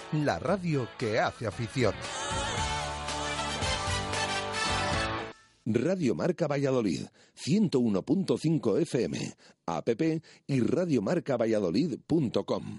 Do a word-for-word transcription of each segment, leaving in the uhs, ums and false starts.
la radio que hace afición. Radio Marca Valladolid, ciento uno punto cinco F M, app y radiomarca valladolid punto com.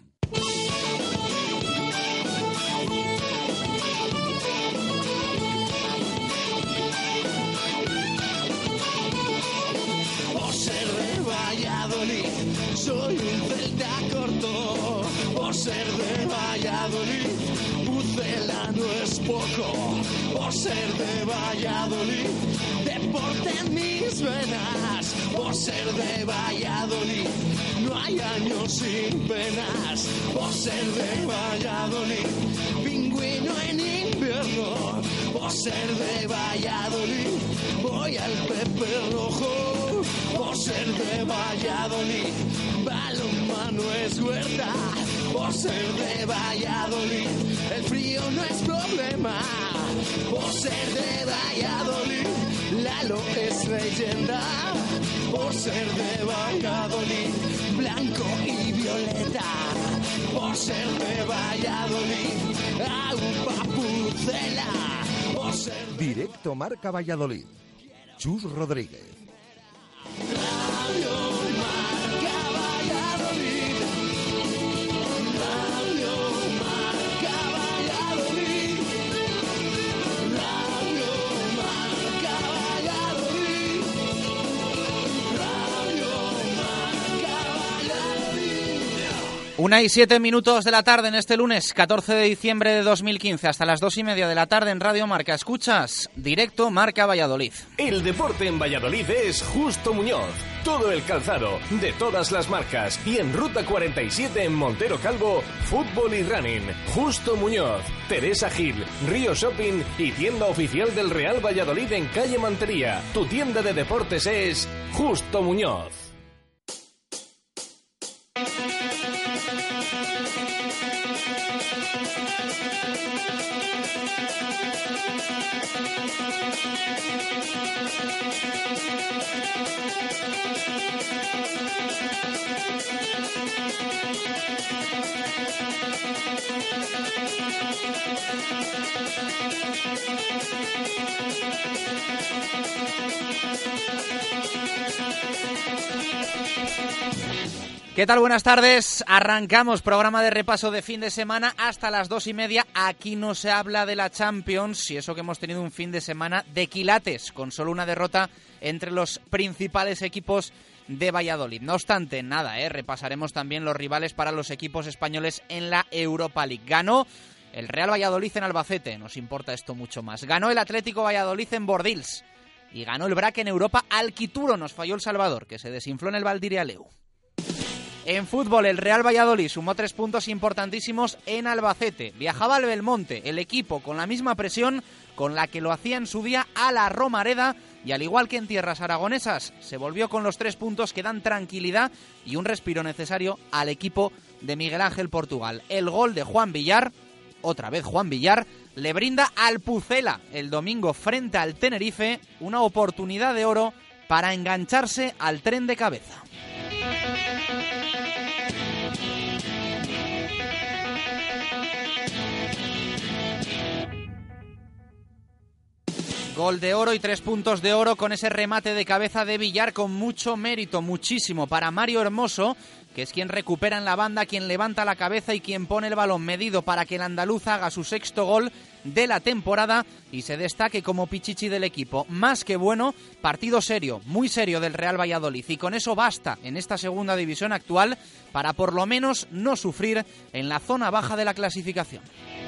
Por ser de Valladolid, soy un celta corto. Por ser de Valladolid, Pucela no es poco. Por ser de Valladolid, deporte en mis venas. Por ser de Valladolid, no hay años sin penas. Por ser de Valladolid, pingüino en invierno. Por ser de Valladolid, voy al Pepe Rojo. Por ser de Valladolid, balonmano es huerta. Por ser de Valladolid, el frío no es problema. Por ser de Valladolid, Lalo es leyenda. Por ser de Valladolid, blanco y violeta. Por ser de Valladolid, Aupa Pucela. Por ser de... Directo Marca Valladolid. Chus Rodríguez. Radio Marca Valladolid. Radio Marca Valladolid. Radio Marca Valladolid. Radio Marca Valladolid. Una y siete minutos de la tarde en este lunes catorce de diciembre de dos mil quince, hasta las dos y media de la tarde en Radio Marca. Escuchas Directo Marca Valladolid. El deporte en Valladolid es Justo Muñoz. Todo el calzado, de todas las marcas. Y en Ruta cuarenta y siete en Montero Calvo, fútbol y running. Justo Muñoz, Teresa Gil, Río Shopping y tienda oficial del Real Valladolid en calle Mantería. Tu tienda de deportes es Justo Muñoz. ¿Qué tal? Buenas tardes. Arrancamos programa de repaso de fin de semana hasta las dos y media. Aquí no se habla de la Champions y eso que hemos tenido un fin de semana de quilates, con solo una derrota entre los principales equipos de Valladolid. No obstante, nada, ¿eh? repasaremos también los rivales para los equipos españoles en la Europa League. Ganó el Real Valladolid en Albacete, nos importa esto mucho más. Ganó el Atlético Valladolid en Bordils y ganó el Braque en Europa al Quituro. Nos falló el Salvador, que se desinfló en el Valdiraleu. En fútbol, el Real Valladolid sumó tres puntos importantísimos en Albacete. Viajaba al Belmonte, el equipo con la misma presión con la que lo hacía en su día a la Romareda, y al igual que en tierras aragonesas, se volvió con los tres puntos que dan tranquilidad y un respiro necesario al equipo de Miguel Ángel Portugal. El gol de Juan Villar, otra vez Juan Villar, le brinda al Pucela el domingo frente al Tenerife una oportunidad de oro para engancharse al tren de cabeza. Gol de oro y tres puntos de oro con ese remate de cabeza de Villar con mucho mérito, muchísimo para Mario Hermoso, que es quien recupera en la banda, quien levanta la cabeza y quien pone el balón medido para que el andaluz haga su sexto gol de la temporada y se destaque como pichichi del equipo. Más que bueno, partido serio, muy serio del Real Valladolid, y con eso basta en esta segunda división actual para por lo menos no sufrir en la zona baja de la clasificación.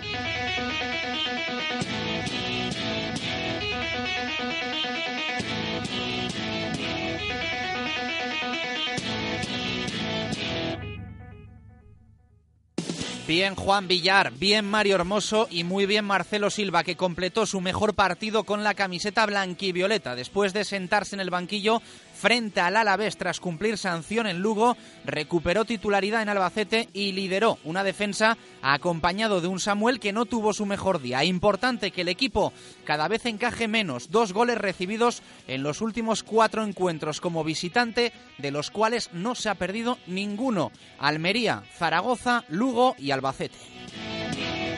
Bien Juan Villar, bien Mario Hermoso y muy bien Marcelo Silva, que completó su mejor partido con la camiseta blanquivioleta. Después de sentarse en el banquillo frente al Alavés tras cumplir sanción en Lugo, recuperó titularidad en Albacete y lideró una defensa acompañado de un Samuel que no tuvo su mejor día. Importante que el equipo cada vez encaje menos, dos goles recibidos en los últimos cuatro encuentros como visitante, de los cuales no se ha perdido ninguno. Almería, Zaragoza, Lugo y Albacete.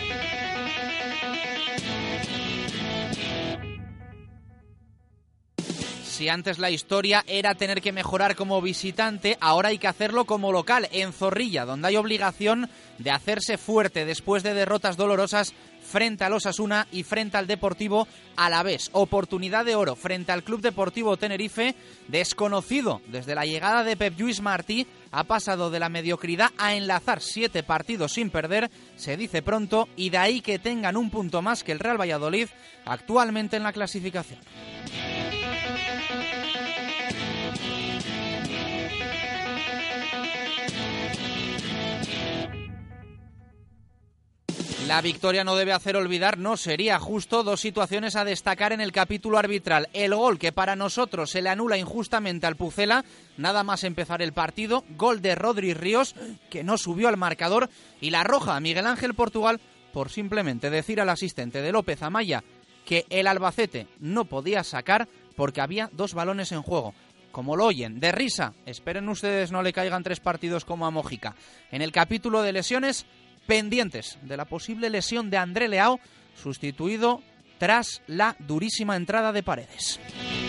Si antes la historia era tener que mejorar como visitante, ahora hay que hacerlo como local, en Zorrilla, donde hay obligación de hacerse fuerte después de derrotas dolorosas frente al Osasuna y frente al Deportivo Alavés. Oportunidad de oro frente al Club Deportivo Tenerife, desconocido desde la llegada de Pep Lluís Martí, ha pasado de la mediocridad a enlazar siete partidos sin perder, se dice pronto, y de ahí que tengan un punto más que el Real Valladolid actualmente en la clasificación. La victoria no debe hacer olvidar, no sería justo, dos situaciones a destacar en el capítulo arbitral. El gol que para nosotros se le anula injustamente al Pucela, nada más empezar el partido, gol de Rodri Ríos, que no subió al marcador, y la roja a Miguel Ángel Portugal por simplemente decir al asistente de López Amaya que el Albacete no podía sacar porque había dos balones en juego. Como lo oyen, de risa, esperen ustedes no le caigan tres partidos como a Mójica. En el capítulo de lesiones, pendientes de la posible lesión de André Leao, sustituido tras la durísima entrada de Paredes.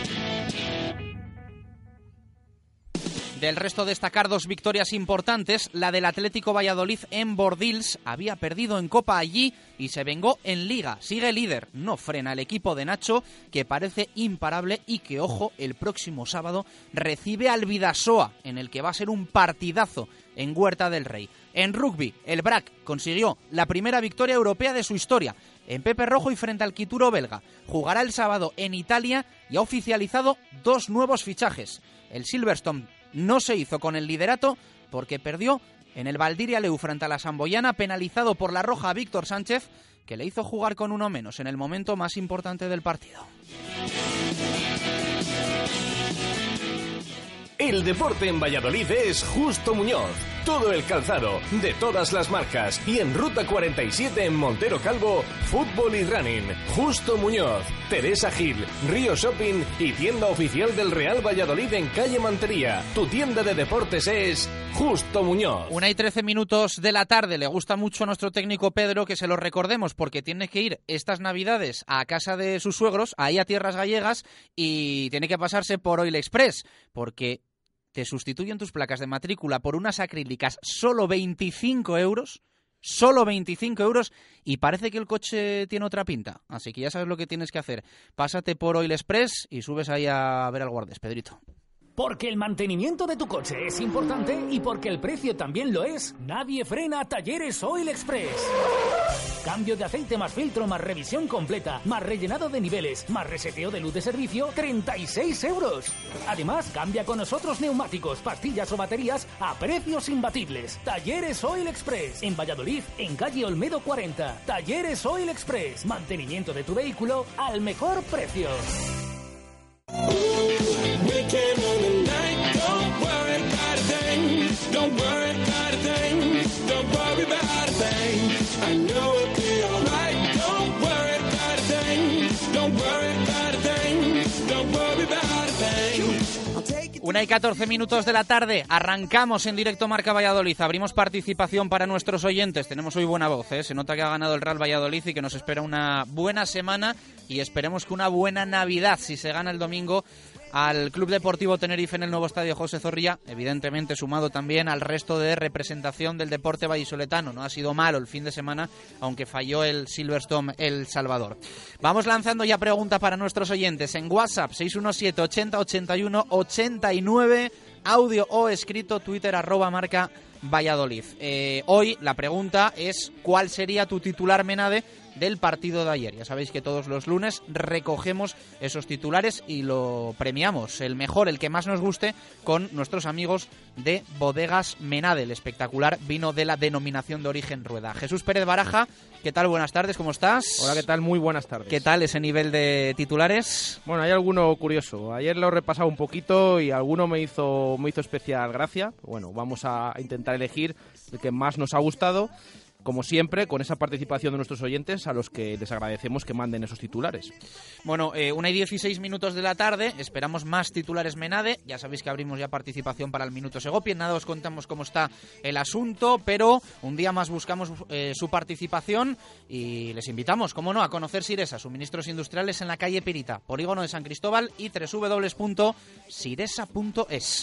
Del resto, destacar dos victorias importantes. La del Atlético Valladolid en Bordils, había perdido en Copa allí y se vengó en Liga. Sigue líder, no frena el equipo de Nacho, que parece imparable y que, ojo, el próximo sábado recibe al Bidasoa, en el que va a ser un partidazo en Huerta del Rey. En rugby, el B R A C consiguió la primera victoria europea de su historia en Pepe Rojo y frente al Quituro belga. Jugará el sábado en Italia y ha oficializado dos nuevos fichajes. El Silverstone no se hizo con el liderato porque perdió en el Valdiria Leu frente a la Samboyana, penalizado por la roja a Víctor Sánchez, que le hizo jugar con uno menos en el momento más importante del partido. El deporte en Valladolid es Justo Muñoz. Todo el calzado, de todas las marcas. Y en Ruta cuarenta y siete en Montero Calvo, fútbol y running. Justo Muñoz, Teresa Gil, Río Shopping y tienda oficial del Real Valladolid en calle Mantería. Tu tienda de deportes es Justo Muñoz. Una y trece minutos de la tarde. Le gusta mucho a nuestro técnico Pedro que se lo recordemos porque tiene que ir estas navidades a casa de sus suegros, ahí a tierras gallegas, y tiene que pasarse por Oil Express porque te sustituyen tus placas de matrícula por unas acrílicas solo veinticinco euros, solo veinticinco euros, y parece que el coche tiene otra pinta. Así que ya sabes lo que tienes que hacer. Pásate por Oil Express y subes ahí a ver al guardes, Pedrito. Porque el mantenimiento de tu coche es importante y porque el precio también lo es, nadie frena Talleres Oil Express. Cambio de aceite más filtro, más revisión completa, más rellenado de niveles, más reseteo de luz de servicio, treinta y seis euros. Además, cambia con nosotros neumáticos, pastillas o baterías a precios imbatibles. Talleres Oil Express, en Valladolid, en calle Olmedo cuarenta. Talleres Oil Express, mantenimiento de tu vehículo al mejor precio. Una y catorce minutos de la tarde, arrancamos en directo Marca Valladolid, abrimos participación para nuestros oyentes, tenemos hoy buena voz, ¿eh? Se nota que ha ganado el Real Valladolid y que nos espera una buena semana y esperemos que una buena Navidad si se gana el domingo al Club Deportivo Tenerife en el nuevo estadio José Zorrilla, evidentemente sumado también al resto de representación del deporte vallisoletano. No ha sido malo el fin de semana, aunque falló el Silverstone El Salvador. Vamos lanzando ya pregunta para nuestros oyentes en WhatsApp seis uno siete, ochenta, ochenta y uno, ochenta y nueve, audio o escrito, Twitter arroba Marca Valladolid. Eh, hoy la pregunta es ¿cuál sería tu titular, Menade, del partido de ayer? Ya sabéis que todos los lunes recogemos esos titulares y lo premiamos, el mejor, el que más nos guste, con nuestros amigos de Bodegas Menade, el espectacular vino de la denominación de origen Rueda. Jesús Pérez Baraja, ¿qué tal? Buenas tardes, ¿cómo estás? Hola, ¿qué tal? Muy buenas tardes. ¿Qué tal ese nivel de titulares? Bueno, hay alguno curioso. Ayer lo he repasado un poquito y alguno me hizo, me hizo especial gracia. Bueno, vamos a intentar elegir el que más nos ha gustado. como siempre, con esa participación de nuestros oyentes a los que les agradecemos que manden esos titulares. Bueno, eh, una y dieciséis minutos de la tarde, esperamos más titulares Menade, ya sabéis que abrimos ya participación para el Minuto Segopi, en nada os contamos cómo está el asunto, pero un día más buscamos eh, su participación y les invitamos, como no, a conocer Siresa, suministros industriales en la calle Pirita, Polígono de San Cristóbal y doble u doble u doble u punto siresa punto es.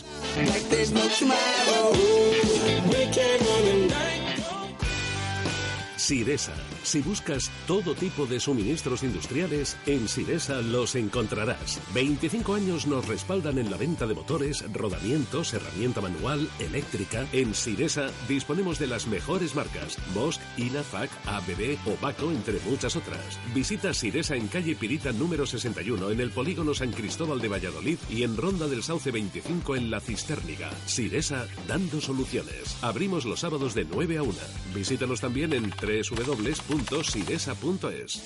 Siresa. Si buscas todo tipo de suministros industriales, en Siresa los encontrarás. veinticinco años nos respaldan en la venta de motores, rodamientos, herramienta manual, eléctrica. En Siresa disponemos de las mejores marcas: Bosch, Inafac, A B B o Baco, entre muchas otras. Visita Siresa en calle Pirita número sesenta y uno, en el Polígono San Cristóbal de Valladolid, y en Ronda del Sauce veinticinco en La Cistérniga. Siresa, dando soluciones. Abrimos los sábados de nueve a una. Visítanos también en doble u doble u doble u punto siresa punto es.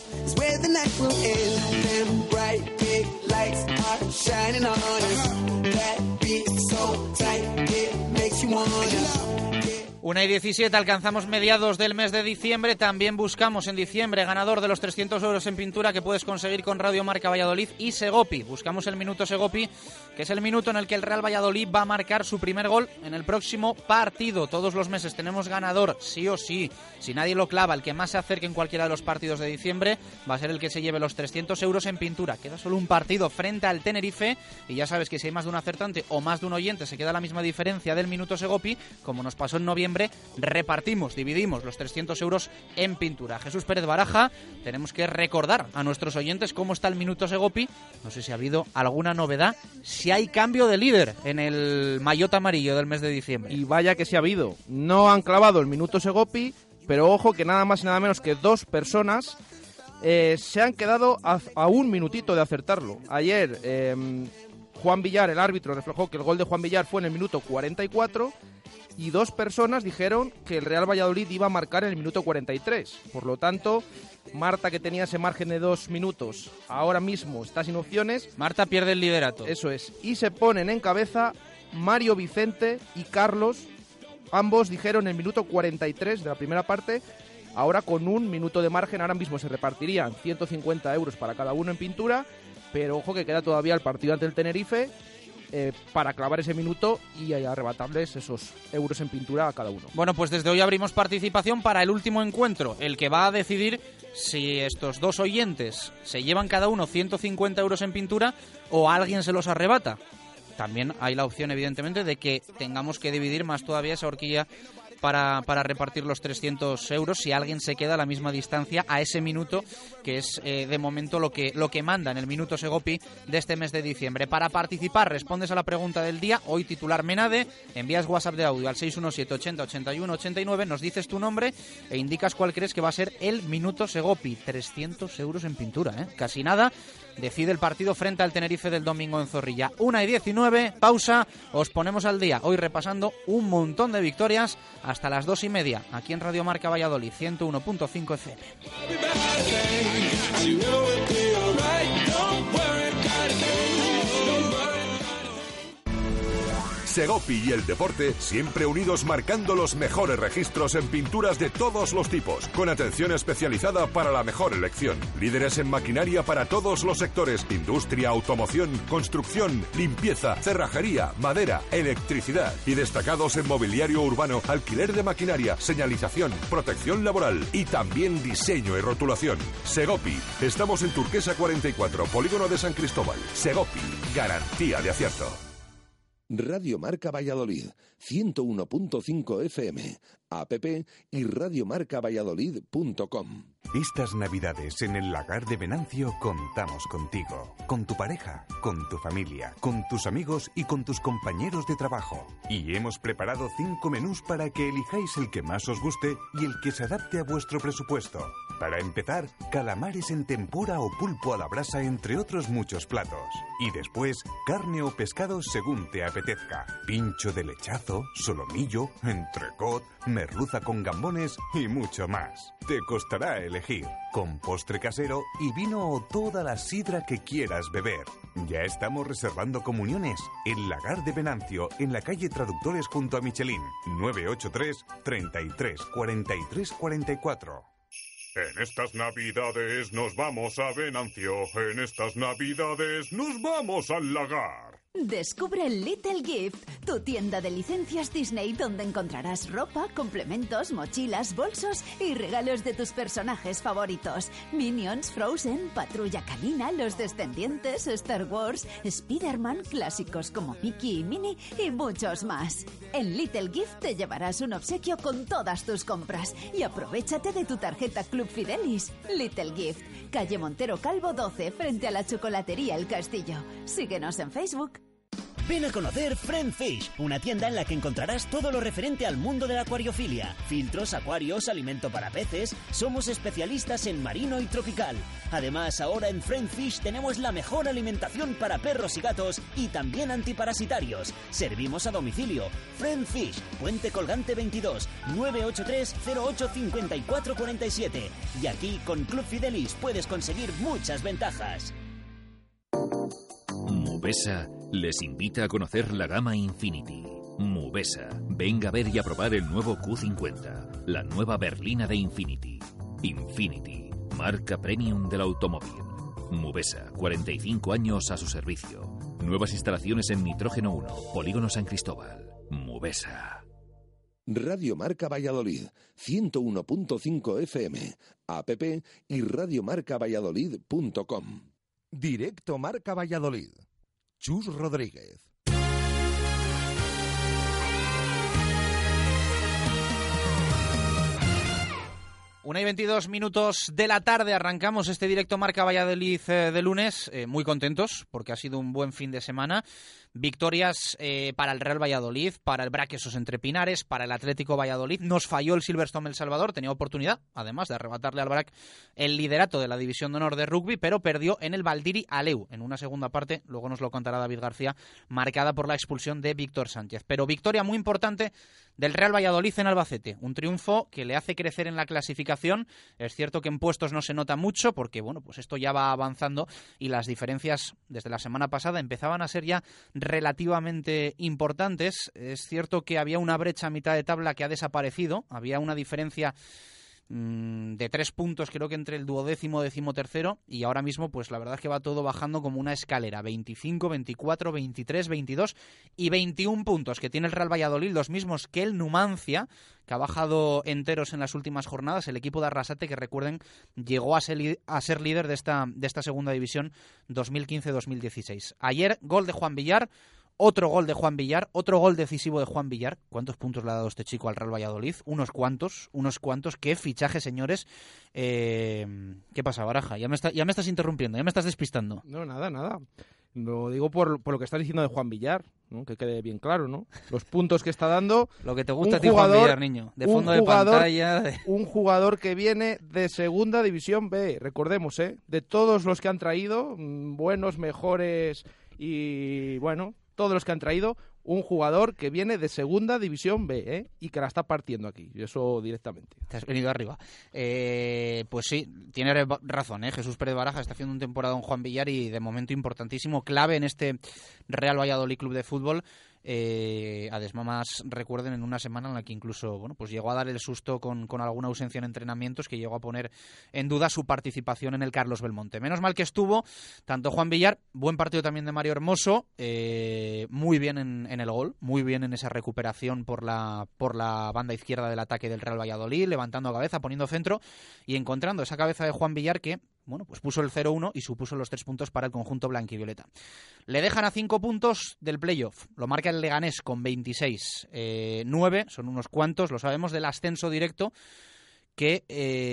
Una y diecisiete, alcanzamos mediados del mes de diciembre. También buscamos en diciembre ganador de los trescientos euros en pintura que puedes conseguir con Radio Marca Valladolid y Segopi. Buscamos el Minuto Segopi, que es el minuto en el que el Real Valladolid va a marcar su primer gol en el próximo partido. Todos los meses tenemos ganador, sí o sí. Si nadie lo clava, el que más se acerque en cualquiera de los partidos de diciembre va a ser el que se lleve los trescientos euros en pintura. Queda solo un partido frente al Tenerife y ya sabes que si hay más de un acertante o más de un oyente se queda la misma diferencia del Minuto Segopi, como nos pasó en noviembre. Repartimos, dividimos los trescientos euros en pintura. Jesús Pérez Baraja, tenemos que recordar a nuestros oyentes cómo está el Minuto Segopi. No sé si ha habido alguna novedad, si hay cambio de líder en el maillot amarillo del mes de diciembre. Y vaya que sí ha habido. No han clavado el Minuto Segopi, pero ojo que nada más y nada menos que dos personas eh, se han quedado a, a un minutito de acertarlo. Ayer eh, Juan Villar, el árbitro, reflejó que el gol de Juan Villar fue en el minuto cuarenta y cuatro y dos personas dijeron que el Real Valladolid iba a marcar en el minuto cuarenta y tres. Por lo tanto, Marta, que tenía ese margen de dos minutos, ahora mismo está sin opciones. Marta pierde el liderato. Eso es. Y se ponen en cabeza Mario Vicente y Carlos. Ambos dijeron en el minuto cuarenta y tres de la primera parte. Ahora con un minuto de margen, ahora mismo se repartirían ciento cincuenta euros para cada uno en pintura. Pero ojo que queda todavía el partido ante el Tenerife eh, para clavar ese minuto y arrebatarles esos euros en pintura a cada uno. Bueno, pues desde hoy abrimos participación para el último encuentro, el que va a decidir si estos dos oyentes se llevan cada uno ciento cincuenta euros en pintura o alguien se los arrebata. También hay la opción, evidentemente, de que tengamos que dividir más todavía esa horquilla para, para repartir los trescientos euros si alguien se queda a la misma distancia a ese minuto, que es eh, de momento lo que, lo que manda en el Minuto Segopi de este mes de diciembre. Para participar, respondes a la pregunta del día, hoy titular Menade, envías WhatsApp de audio al seis uno siete, ochenta, ochenta y uno, ochenta y nueve, nos dices tu nombre e indicas cuál crees que va a ser el Minuto Segopi. trescientos euros en pintura, ¿eh? Casi nada. Decide el partido frente al Tenerife del domingo en Zorrilla. una y diecinueve, pausa, os ponemos al día. Hoy repasando un montón de victorias hasta las dos y media, aquí en Radio Marca Valladolid, ciento uno punto cinco F M. Segopi y el deporte siempre unidos, marcando los mejores registros en pinturas de todos los tipos, con atención especializada para la mejor elección. Líderes en maquinaria para todos los sectores: industria, automoción, construcción, limpieza, cerrajería, madera, electricidad. Y destacados en mobiliario urbano, alquiler de maquinaria, señalización, protección laboral y también diseño y rotulación. Segopi. Estamos en Turquesa cuarenta y cuatro, Polígono de San Cristóbal. Segopi. Garantía de acierto. Radio Marca Valladolid, ciento uno punto cinco F M, app y radiomarca valladolid punto com. Estas Navidades en el Lagar de Venancio contamos contigo, con tu pareja, con tu familia, con tus amigos y con tus compañeros de trabajo. Y hemos preparado cinco menús para que elijáis el que más os guste y el que se adapte a vuestro presupuesto. Para empezar, calamares en tempura o pulpo a la brasa, entre otros muchos platos. Y después, carne o pescado según te apetezca. Pincho de lechazo, solomillo, entrecot, merluza con gambones y mucho más. Te costará elegir. elegir, con postre casero y vino o toda la sidra que quieras beber. Ya estamos reservando comuniones en Lagar de Venancio, en la calle Traductores junto a Michelin, nueve ocho tres, treinta y tres, cuarenta y tres, cuarenta y cuatro. En estas navidades nos vamos a Venancio, en estas navidades nos vamos al Lagar. Descubre Little Gift, tu tienda de licencias Disney donde encontrarás ropa, complementos, mochilas, bolsos y regalos de tus personajes favoritos. Minions, Frozen, Patrulla Canina, Los Descendientes, Star Wars, Spider-Man, clásicos como Mickey y Minnie y muchos más. En Little Gift te llevarás un obsequio con todas tus compras y aprovéchate de tu tarjeta Club Fidelis. Little Gift, calle Montero Calvo doce, frente a la chocolatería El Castillo. Síguenos en Facebook. Ven a conocer Friend Fish, una tienda en la que encontrarás todo lo referente al mundo de la acuariofilia. Filtros, acuarios, alimento para peces. Somos especialistas en marino y tropical. Además, ahora en Friend Fish tenemos la mejor alimentación para perros y gatos y también antiparasitarios. Servimos a domicilio. Friend Fish, Puente Colgante veintidós, nueve ocho tres, cero ocho, cinco cuatro cuatro siete. Y aquí, con Club Fidelis, puedes conseguir muchas ventajas. Mubesa les invita a conocer la gama Infiniti. Mubesa, venga a ver y a probar el nuevo Q cincuenta, la nueva berlina de Infiniti. Infiniti, marca premium del automóvil. Mubesa, cuarenta y cinco años a su servicio. Nuevas instalaciones en Nitrógeno uno, Polígono San Cristóbal. Mubesa. Radio Marca Valladolid, ciento uno punto cinco F M, app y radiomarcavalladolid punto com. Directo Marca Valladolid. Chus Rodríguez. Una y veintidós minutos de la tarde, arrancamos este directo Marca Valladolid eh, de lunes, eh, muy contentos porque ha sido un buen fin de semana. Victorias eh, para el Real Valladolid, para el Braquesos Entre Pinares, para el Atlético Valladolid. Nos falló el Silverstone El Salvador, tenía oportunidad, además de arrebatarle al Brac el liderato de la División de Honor de Rugby, pero perdió en el Valdiri Aleu, en una segunda parte, luego nos lo contará David García, marcada por la expulsión de Víctor Sánchez. Pero victoria muy importante del Real Valladolid en Albacete, un triunfo que le hace crecer en la clasificación. Es cierto que en puestos no se nota mucho, porque bueno, pues esto ya va avanzando y las diferencias desde la semana pasada empezaban a ser ya relativamente importantes. Es cierto que había una brecha a mitad de tabla que ha desaparecido, había una diferencia mmm, de tres puntos creo que entre el duodécimo y decimotercero, y ahora mismo pues la verdad es que va todo bajando como una escalera, veinticinco, veinticuatro, veintitrés, veintidós y veintiún puntos que tiene el Real Valladolid, los mismos que el Numancia, que ha bajado enteros en las últimas jornadas, el equipo de Arrasate, que recuerden llegó a ser, a ser líder de esta, de esta segunda división dos mil quince dos mil dieciséis. Ayer gol de Juan Villar, otro gol de Juan Villar, otro gol decisivo de Juan Villar. ¿Cuántos puntos le ha dado este chico al Real Valladolid? Unos cuantos, unos cuantos. ¡Qué fichaje, señores! Eh, ¿Qué pasa, Baraja? Ya me, está, ya me estás interrumpiendo, ya me estás despistando. No, nada, nada. Lo digo por, por lo que estás diciendo de Juan Villar, ¿no? Que quede bien claro, ¿no? Los puntos que está dando. Lo que te gusta a ti, Juan Villar, niño. De fondo de pantalla. De... Un jugador que viene de Segunda División B, recordemos, ¿eh? De todos los que han traído, buenos, mejores y, bueno, todos los que han traído, un jugador que viene de Segunda División B, ¿eh? Y que la está partiendo aquí, eso directamente. Te has venido arriba. Eh, pues sí, tiene razón, ¿eh? Jesús Pérez Baraja está haciendo un temporada en Juan Villar y de momento importantísimo, clave en este Real Valladolid Club de Fútbol. Eh, además, recuerden, en una semana en la que incluso bueno, pues llegó a dar el susto con, con alguna ausencia en entrenamientos, que llegó a poner en duda su participación en el Carlos Belmonte. Menos mal que estuvo tanto Juan Villar, buen partido también de Mario Hermoso, eh, muy bien en, en el gol, muy bien en esa recuperación por la, por la banda izquierda del ataque del Real Valladolid, levantando cabeza, poniendo centro y encontrando esa cabeza de Juan Villar que bueno, pues puso el cero uno y supuso los tres puntos para el conjunto blanquivioleta. Le dejan a cinco puntos del playoff. Lo marca el Leganés con veintiséis. Eh, nueve, son unos cuantos, lo sabemos, del ascenso directo, que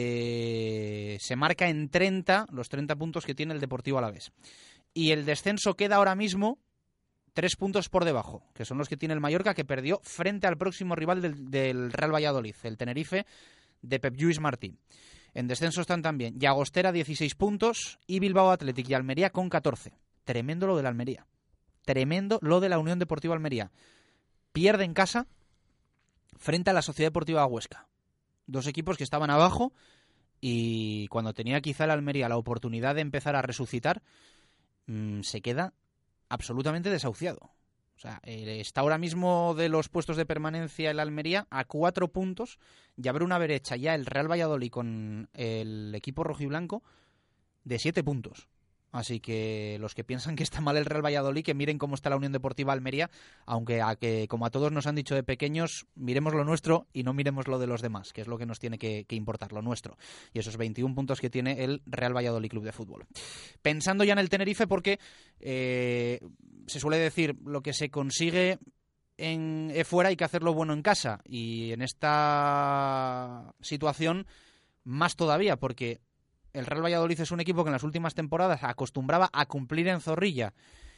eh, se marca en treinta, los treinta puntos que tiene el Deportivo Alavés. Y el descenso queda ahora mismo tres puntos por debajo, que son los que tiene el Mallorca, que perdió frente al próximo rival del, del Real Valladolid, el Tenerife, de Pep Lluís Martí. En descenso están también Llagostera, dieciséis puntos, y Bilbao Athletic y Almería con catorce. Tremendo lo de la Almería. Tremendo lo de la Unión Deportiva Almería. Pierde en casa frente a la Sociedad Deportiva Huesca. Dos equipos que estaban abajo y cuando tenía quizá el Almería la oportunidad de empezar a resucitar, mmm, se queda absolutamente desahuciado. O sea, eh, está ahora mismo de los puestos de permanencia el Almería a cuatro puntos y habrá una brecha ya el Real Valladolid con el equipo rojiblanco de siete puntos. Así que los que piensan que está mal el Real Valladolid, que miren cómo está la Unión Deportiva Almería, aunque a que, como a todos nos han dicho de pequeños, miremos lo nuestro y no miremos lo de los demás, que es lo que nos tiene que, que importar, lo nuestro. Y esos veintiún puntos que tiene el Real Valladolid Club de Fútbol. Pensando ya en el Tenerife, porque eh, se suele decir lo que se consigue en eh, fuera hay que hacerlo bueno en casa. Y en esta situación, más todavía, porque el Real Valladolid es un equipo que en las últimas temporadas acostumbraba a cumplir en Zorrilla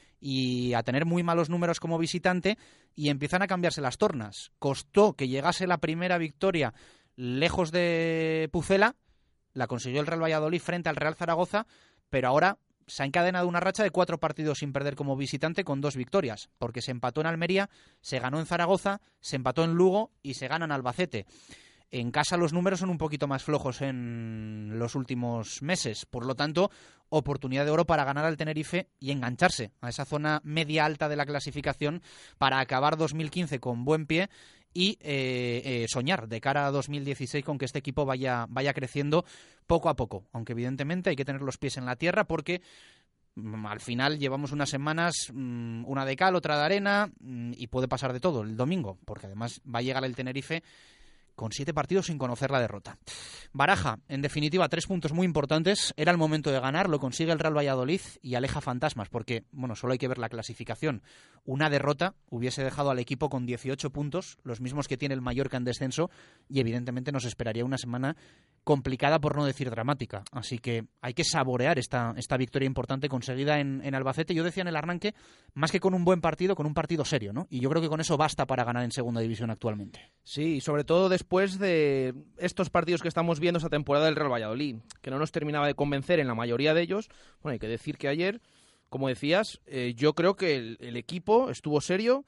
y a tener muy malos números como visitante, y empiezan a cambiarse las tornas. Costó que llegase la primera victoria lejos de Pucela, la consiguió el Real Valladolid frente al Real Zaragoza, pero ahora se ha encadenado una racha de cuatro partidos sin perder como visitante con dos victorias, porque se empató en Almería, se ganó en Zaragoza, se empató en Lugo y se gana en Albacete. En casa los números son un poquito más flojos en los últimos meses. Por lo tanto, oportunidad de oro para ganar al Tenerife y engancharse a esa zona media-alta de la clasificación para acabar dos mil quince con buen pie y eh, eh, soñar de cara a dos mil dieciséis con que este equipo vaya, vaya creciendo poco a poco. Aunque evidentemente hay que tener los pies en la tierra porque mm, al final llevamos unas semanas, mmm, una de cal, otra de arena, mmm, y puede pasar de todo el domingo, porque además va a llegar el Tenerife con siete partidos sin conocer la derrota. Baraja, en definitiva, tres puntos muy importantes. Era el momento de ganar, lo consigue el Real Valladolid y aleja fantasmas, porque, bueno, solo hay que ver la clasificación. Una derrota hubiese dejado al equipo con dieciocho puntos, los mismos que tiene el Mallorca en descenso, y evidentemente nos esperaría una semana complicada, por no decir dramática. Así que hay que saborear esta, esta victoria importante conseguida en, en Albacete. Yo decía en el arranque, más que con un buen partido, con un partido serio, ¿no? Y yo creo que con eso basta para ganar en segunda división actualmente. Sí, y sobre todo después de estos partidos que estamos viendo esta temporada del Real Valladolid, que no nos terminaba de convencer en la mayoría de ellos. Bueno, hay que decir que ayer, como decías, eh, yo creo que el, el equipo estuvo serio,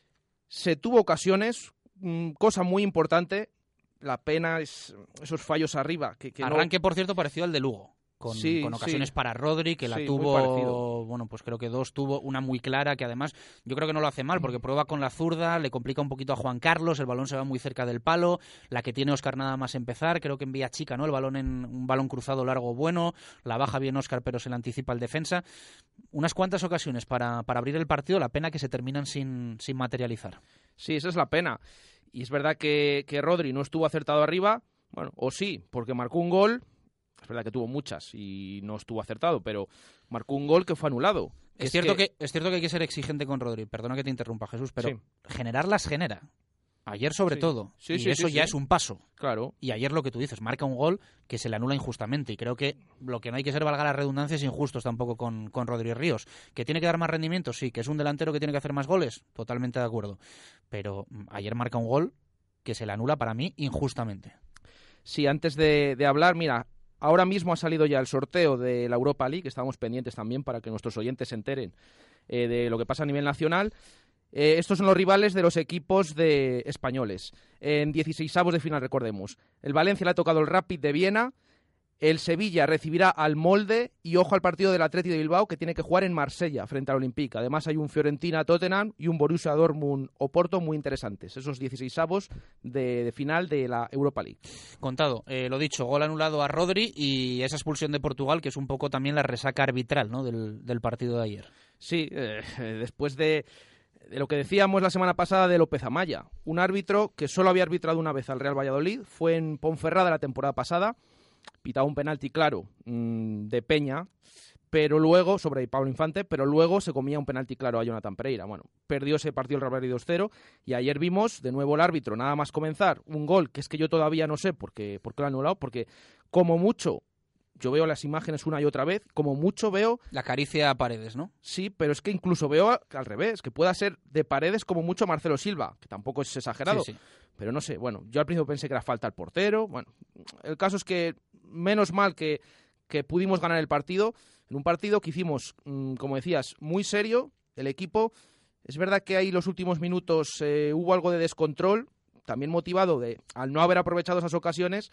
se tuvo ocasiones, mmm, cosa muy importante. La pena es esos fallos arriba. Que, que Arranque, no... por cierto, pareció al de Lugo. Con, sí, con ocasiones sí. para Rodri, que la sí, tuvo, bueno, pues creo que dos tuvo, una muy clara, que además yo creo que no lo hace mal, porque prueba con la zurda, le complica un poquito a Juan Carlos, el balón se va muy cerca del palo, la que tiene Óscar nada más empezar, creo que envía chica, ¿no? El balón en un balón cruzado largo bueno, la baja bien Óscar, pero se le anticipa el defensa. Unas cuantas ocasiones para, para abrir el partido, la pena que se terminan sin, sin materializar. Sí, esa es la pena. Y es verdad que, que Rodri no estuvo acertado arriba, bueno, o sí, porque marcó un gol. Es verdad que tuvo muchas y no estuvo acertado, pero marcó un gol que fue anulado. Es, es cierto que... que es cierto que hay que ser exigente con Rodri. Perdona que te interrumpa, Jesús, pero sí. generarlas genera. Ayer sobre sí. todo. Sí, y sí, eso sí, ya sí. es un paso. Claro. Y ayer lo que tú dices, marca un gol que se le anula injustamente. Y creo que lo que no hay que ser, valga la redundancia, es injustos tampoco con, con Rodri Ríos. ¿Que tiene que dar más rendimiento? Sí. ¿Que es un delantero que tiene que hacer más goles? Totalmente de acuerdo. Pero ayer marca un gol que se le anula para mí injustamente. Sí, antes de, de hablar, mira, ahora mismo ha salido ya el sorteo de la Europa League, estábamos pendientes también para que nuestros oyentes se enteren eh, de lo que pasa a nivel nacional. Eh, estos son los rivales de los equipos de españoles. En dieciseisavos de final, recordemos. El Valencia le ha tocado el Rapid de Viena, el Sevilla recibirá al Molde y ojo al partido del Athletic de Bilbao que tiene que jugar en Marsella frente al Olympique. Además hay un Fiorentina-Tottenham y un Borussia Dortmund-Oporto muy interesantes. Esos dieciseisavos de, de final de la Europa League. Contado, eh, lo dicho, gol anulado a Rodri y esa expulsión de Portugal que es un poco también la resaca arbitral, ¿no? del, del partido de ayer. Sí, eh, después de... de lo que decíamos la semana pasada de López Amaya, un árbitro que solo había arbitrado una vez al Real Valladolid, fue en Ponferrada la temporada pasada, pitaba un penalti claro mmm, de Peña, pero luego, sobre Pablo Infante, pero luego se comía un penalti claro a Jonathan Pereira. Bueno, perdió ese partido el Real Valladolid dos cero y ayer vimos de nuevo el árbitro, nada más comenzar, un gol que es que yo todavía no sé por qué, por qué lo ha anulado, porque como mucho... Yo veo las imágenes una y otra vez, como mucho veo... La caricia a Paredes, ¿no? Sí, pero es que incluso veo a, al revés, que pueda ser de Paredes como mucho a Marcelo Silva, que tampoco es exagerado. Sí, sí. Pero no sé, bueno, yo al principio pensé que era falta al portero. Bueno, el caso es que menos mal que, que pudimos ganar el partido, en un partido que hicimos, mmm, como decías, muy serio, el equipo. Es verdad que ahí los últimos minutos eh, hubo algo de descontrol, también motivado de al no haber aprovechado esas ocasiones,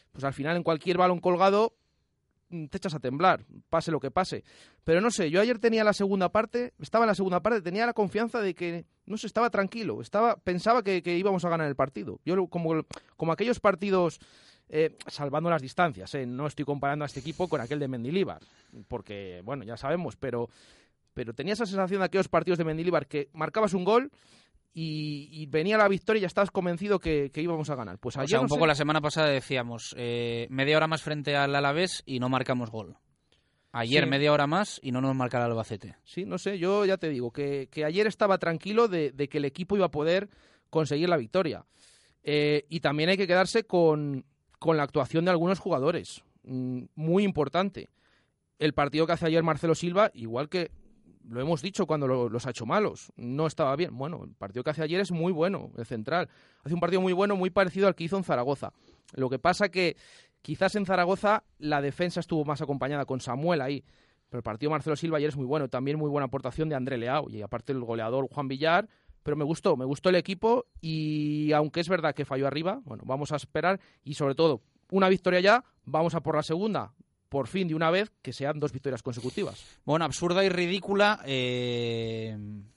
pues al final en cualquier balón colgado te echas a temblar, pase lo que pase. Pero no sé, yo ayer tenía la segunda parte, estaba en la segunda parte, tenía la confianza de que, no sé, estaba tranquilo, estaba pensaba que, que íbamos a ganar el partido. Yo como, como aquellos partidos, eh, salvando las distancias, eh, no estoy comparando a este equipo con aquel de Mendilibar, porque, bueno, ya sabemos, pero, pero tenía esa sensación de aquellos partidos de Mendilibar que marcabas un gol Y, y venía la victoria y ya estabas convencido que, que íbamos a ganar. Pues ayer, o sea, un no poco sé. La semana pasada decíamos eh, media hora más frente al Alavés y no marcamos gol. Ayer Sí. media hora más y no nos marca el Albacete. Sí, no sé, yo ya te digo que, que ayer estaba tranquilo de, de que el equipo iba a poder conseguir la victoria. Eh, y también hay que quedarse con, con la actuación de algunos jugadores. Mm, muy importante. El partido que hace ayer Marcelo Silva, igual que lo hemos dicho cuando lo, los ha hecho malos, no estaba bien. Bueno, el partido que hace ayer es muy bueno, el central. Hace un partido muy bueno, muy parecido al que hizo en Zaragoza. Lo que pasa que quizás en Zaragoza la defensa estuvo más acompañada con Samuel ahí, pero el partido de Marcelo Silva ayer es muy bueno. También muy buena aportación de André Leao y aparte el goleador Juan Villar, pero me gustó, me gustó el equipo y aunque es verdad que falló arriba, bueno, vamos a esperar y sobre todo una victoria ya, vamos a por la segunda. Por fin, de una vez, que sean dos victorias consecutivas. Bueno, absurda y ridícula eh,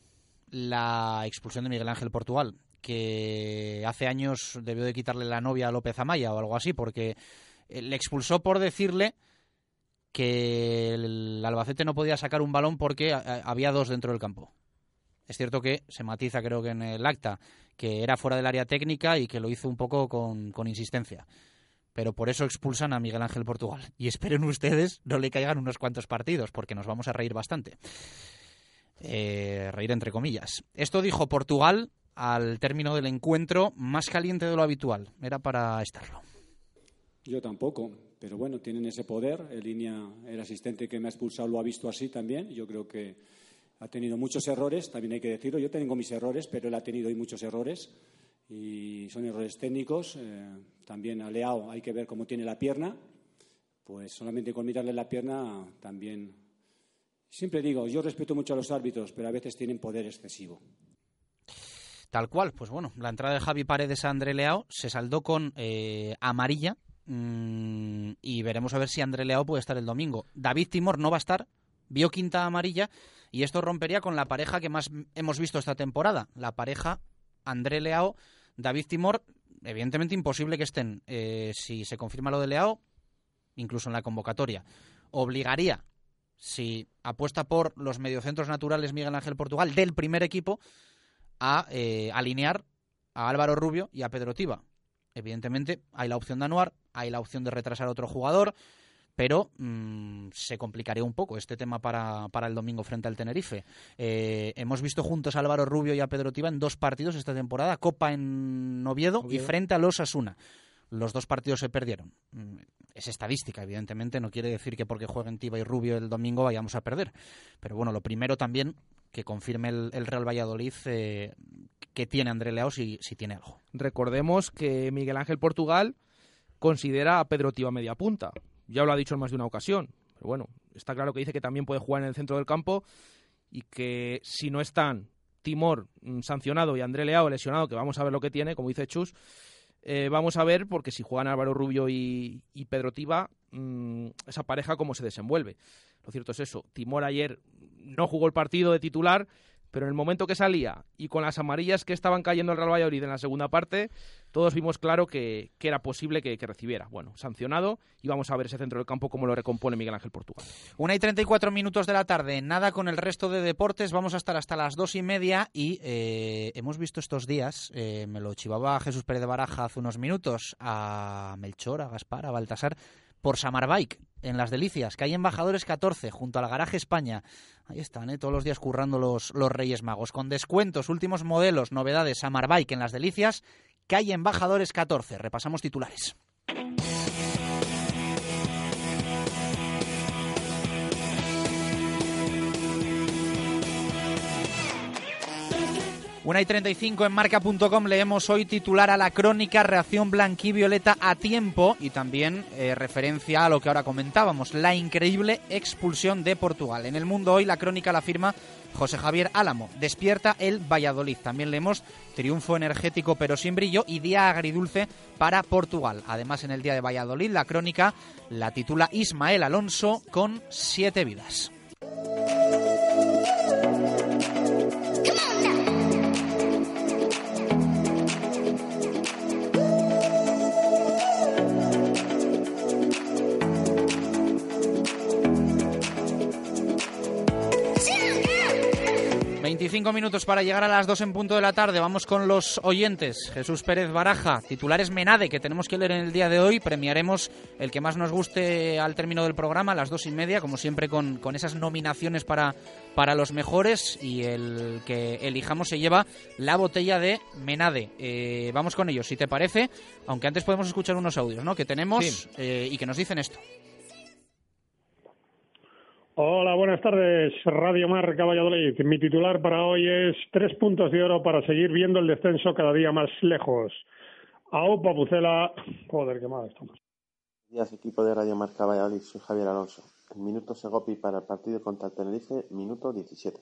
la expulsión de Miguel Ángel Portugal, que hace años debió de quitarle la novia a López Amaya o algo así, porque le expulsó por decirle que el Albacete no podía sacar un balón porque había dos dentro del campo. Es cierto que se matiza, creo que en el acta, que era fuera del área técnica y que lo hizo un poco con, con insistencia. Pero por eso expulsan a Miguel Ángel Portugal. Y esperen ustedes no le caigan unos cuantos partidos, porque nos vamos a reír bastante. Eh, reír entre comillas. Esto dijo Portugal al término del encuentro, más caliente de lo habitual. Era para estarlo. Yo tampoco, pero bueno, tienen ese poder. En línea, el asistente que me ha expulsado lo ha visto así también. Yo creo que ha tenido muchos errores, también hay que decirlo. Yo tengo mis errores, pero él ha tenido hoy muchos errores. Y son errores técnicos. Eh, también a Leao hay que ver cómo tiene la pierna. Pues solamente con mirarle la pierna también. Siempre digo, yo respeto mucho a los árbitros, pero a veces tienen poder excesivo. Tal cual, pues bueno, la entrada de Javi Paredes a André Leao se saldó con eh, amarilla mmm, y veremos a ver si André Leao puede estar el domingo. David Timor no va a estar, vio quinta amarilla y esto rompería con la pareja que más hemos visto esta temporada, la pareja André Leao, David Timor. Evidentemente imposible que estén. Eh, si se confirma lo de Leao, incluso en la convocatoria, obligaría, si apuesta por los mediocentros naturales Miguel Ángel Portugal del primer equipo, a eh, alinear a Álvaro Rubio y a Pedro Tiba. Evidentemente hay la opción de anuar, hay la opción de retrasar a otro jugador, pero mmm, se complicaría un poco este tema para, para el domingo frente al Tenerife. Eh, hemos visto juntos a Álvaro Rubio y a Pedro Tiba en dos partidos esta temporada, Copa en Oviedo, Oviedo. y frente al Osasuna. Los dos partidos se perdieron. Es estadística, evidentemente, no quiere decir que porque jueguen Tiba y Rubio el domingo vayamos a perder. Pero bueno, lo primero también, que confirme el, el Real Valladolid eh, que tiene André Leao si, si tiene algo. Recordemos que Miguel Ángel Portugal considera a Pedro Tiba media punta. Ya lo ha dicho en más de una ocasión. Pero bueno, está claro que dice que también puede jugar en el centro del campo y que si no están Timor sancionado y André Leao lesionado, que vamos a ver lo que tiene, como dice Chus, eh, vamos a ver, porque si juegan Álvaro Rubio y, y Pedro Tiba, mmm, esa pareja cómo se desenvuelve. Lo cierto es eso. Timor ayer no jugó el partido de titular, pero en el momento que salía y con las amarillas que estaban cayendo el Real Valladolid en la segunda parte, todos vimos claro que, que era posible que, que recibiera. Bueno, sancionado, y vamos a ver ese centro del campo cómo lo recompone Miguel Ángel Portugal. Una y treinta y cuatro minutos de la tarde, nada con el resto de deportes, vamos a estar hasta las dos y media y eh, hemos visto estos días, eh, me lo chivaba Jesús Pérez de Baraja hace unos minutos, a Melchor, a Gaspar, a Baltasar, por Samar Bike, en Las Delicias, que hay Embajadores catorce, junto al Garaje España. Ahí están, ¿eh? Todos los días currando los, los Reyes Magos, con descuentos, últimos modelos, novedades, Samar Bike en Las Delicias, calle Embajadores catorce. Repasamos titulares. una y treinta y cinco en marca punto com leemos hoy titular a la crónica reacción blanquivioleta a tiempo y también eh, referencia a lo que ahora comentábamos, la increíble expulsión de Portugal. En El Mundo hoy la crónica la firma José Javier Álamo, despierta el Valladolid. También leemos triunfo energético pero sin brillo y día agridulce para Portugal. Además en el día de Valladolid la crónica la titula Ismael Alonso con siete vidas. veinticinco minutos para llegar a las dos en punto de la tarde. Vamos con los oyentes. Jesús Pérez Baraja, titulares Menade, que tenemos que leer en el día de hoy. Premiaremos el que más nos guste al término del programa, a las dos y media, como siempre con, con esas nominaciones para, para los mejores. Y el que elijamos se lleva la botella de Menade. Eh, vamos con ellos, si te parece. Aunque antes podemos escuchar unos audios, ¿no?, que tenemos, sí. eh, y que nos dicen esto. Hola, buenas tardes, Radio Marca Valladolid. Mi titular para hoy es tres puntos de oro para seguir viendo el descenso cada día más lejos. Aupa Pucela, joder, qué mal estamos. Buenos días, equipo de Radio Marca Valladolid, soy Javier Alonso. El minuto Segopi para el partido contra el Tenerife, minuto diecisiete.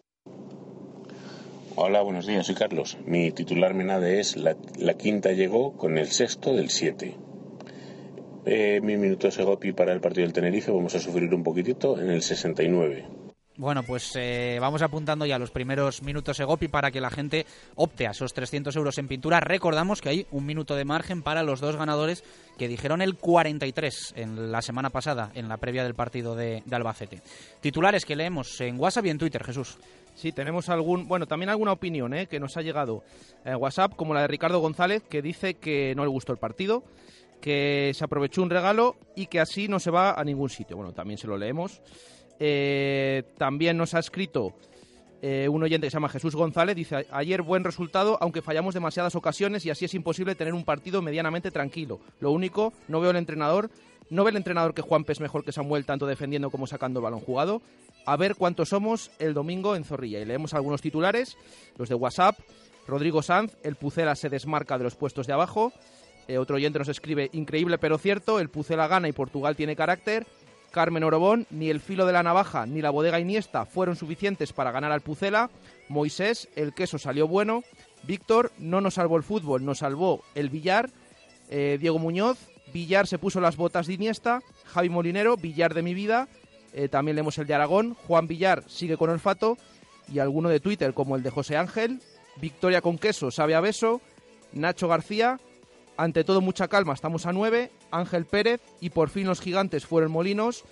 Hola, buenos días, soy Carlos. Mi titular Menade es la, la quinta llegó con el sexto del siete. Eh, mi minuto Segopi para el partido del Tenerife, vamos a sufrir un poquitito en el sesenta y nueve. Bueno, pues eh, vamos apuntando ya los primeros minutos Segopi para que la gente opte a esos trescientos euros en pintura. Recordamos que hay un minuto de margen para los dos ganadores que dijeron el cuarenta y tres en la semana pasada, en la previa del partido de, de Albacete. Titulares que leemos en WhatsApp y en Twitter, Jesús. Sí, tenemos algún, bueno, también alguna opinión eh, que nos ha llegado en WhatsApp, como la de Ricardo González, que dice que no le gustó el partido, que se aprovechó un regalo y que así no se va a ningún sitio. Bueno, también se lo leemos. Eh, también nos ha escrito eh, un oyente que se llama Jesús González. Dice, ayer buen resultado, aunque fallamos demasiadas ocasiones y así es imposible tener un partido medianamente tranquilo. Lo único, no veo el entrenador, no ve el entrenador que Juanpe es mejor que Samuel, tanto defendiendo como sacando el balón jugado. A ver cuántos somos el domingo en Zorrilla. Y leemos algunos titulares, los de WhatsApp. Rodrigo Sanz, el Pucela se desmarca de los puestos de abajo. Eh, otro oyente nos escribe, increíble pero cierto, el Pucela gana y Portugal tiene carácter. Carmen Orobón, ni el filo de la navaja ni la bodega Iniesta fueron suficientes para ganar al Pucela. Moisés, el queso salió bueno. Víctor, no nos salvó el fútbol, nos salvó el billar. Eh, Diego Muñoz, Villar se puso las botas de Iniesta. Javi Molinero, Villar de mi vida. Eh, también leemos el de Aragón. Juan Villar sigue con olfato. Y alguno de Twitter como el de José Ángel. Victoria con queso, sabe a beso. Nacho García, ante todo mucha calma, estamos a nueve. Ángel Pérez, y por fin los gigantes fueron molinos.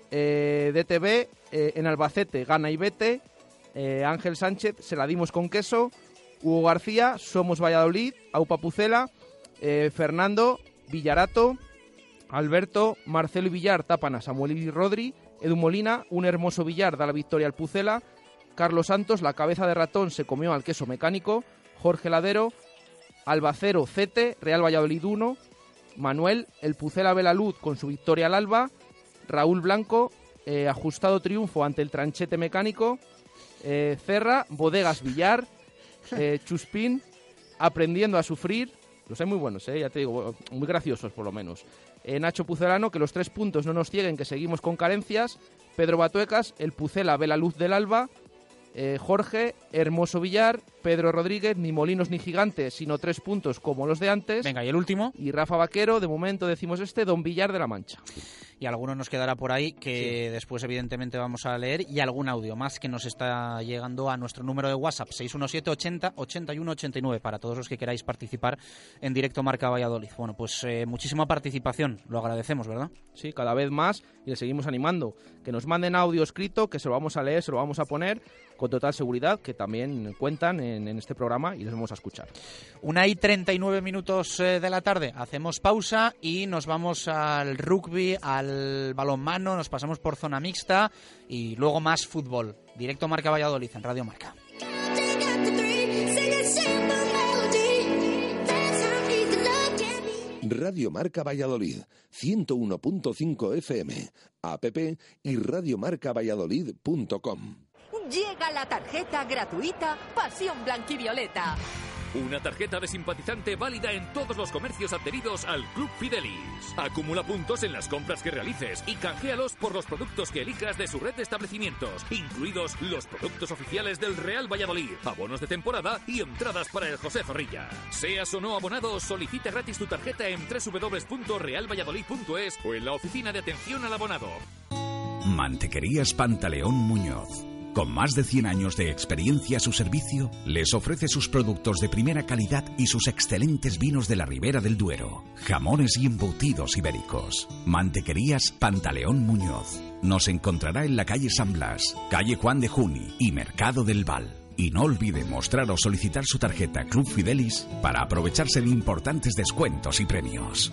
Eh, D T V, eh, en Albacete, gana y vete. Eh, Ángel Sánchez, se la dimos con queso. Hugo García, somos Valladolid. Aupa Pucela. Eh, Fernando, Villarato. Alberto, Marcelo y Villar tapan a Samuel y Rodri. Edu Molina, un hermoso Villar da la victoria al Pucela. Carlos Santos, la cabeza de ratón se comió al queso mecánico. Jorge Ladero, Albacero Cete, Real Valladolid uno. Manuel, el Pucela ve la luz con su victoria al Alba. Raúl Blanco, eh, ajustado triunfo ante el tranchete mecánico. Eh, Cerra, Bodegas Villar. Eh, Chuspín, aprendiendo a sufrir. Los hay muy buenos, eh, ya te digo, muy graciosos por lo menos. Eh, Nacho Pucelano, que los tres puntos no nos cieguen, que seguimos con carencias. Pedro Batuecas, el Pucela ve la luz del Alba. Eh, Jorge, Hermoso Villar, Pedro Rodríguez, ni molinos ni gigantes, sino tres puntos como los de antes. Venga, y el último. Y Rafa Vaquero, de momento decimos este, Don Villar de la Mancha. Y alguno nos quedará por ahí que sí, después evidentemente vamos a leer, y algún audio más que nos está llegando a nuestro número de WhatsApp, seis uno siete, ochenta, ochenta y uno ochenta y nueve, para todos los que queráis participar en directo Marca Valladolid. Bueno, pues eh, muchísima participación, lo agradecemos, ¿verdad? Sí, cada vez más, y le seguimos animando. Que nos manden audio escrito, que se lo vamos a leer, se lo vamos a poner con total seguridad, que también cuentan en, en este programa y les vamos a escuchar. Una y treinta y nueve minutos eh, de la tarde, hacemos pausa y nos vamos al rugby, al balonmano, nos pasamos por zona mixta y luego más fútbol. Directo Marca Valladolid en Radio Marca. Radio Marca Valladolid, ciento uno punto cinco F M, app y radiomarcavalladolid punto com. Llega la tarjeta gratuita Pasión Blanquivioleta. Una tarjeta de simpatizante válida en todos los comercios adheridos al Club Fidelis. Acumula puntos en las compras que realices y canjealos por los productos que elijas de su red de establecimientos, incluidos los productos oficiales del Real Valladolid, abonos de temporada y entradas para el José Zorrilla. Seas o no abonado, solicita gratis tu tarjeta en doble u doble u doble u punto real valladolid punto es o en la oficina de atención al abonado. Mantequerías Pantaleón Muñoz. Con más de cien años de experiencia a su servicio, les ofrece sus productos de primera calidad y sus excelentes vinos de la Ribera del Duero, jamones y embutidos ibéricos. Mantequerías Pantaleón Muñoz. Nos encontrará en la calle San Blas, calle Juan de Juni y Mercado del Val. Y no olvide mostrar o solicitar su tarjeta Club Fidelis para aprovecharse de importantes descuentos y premios.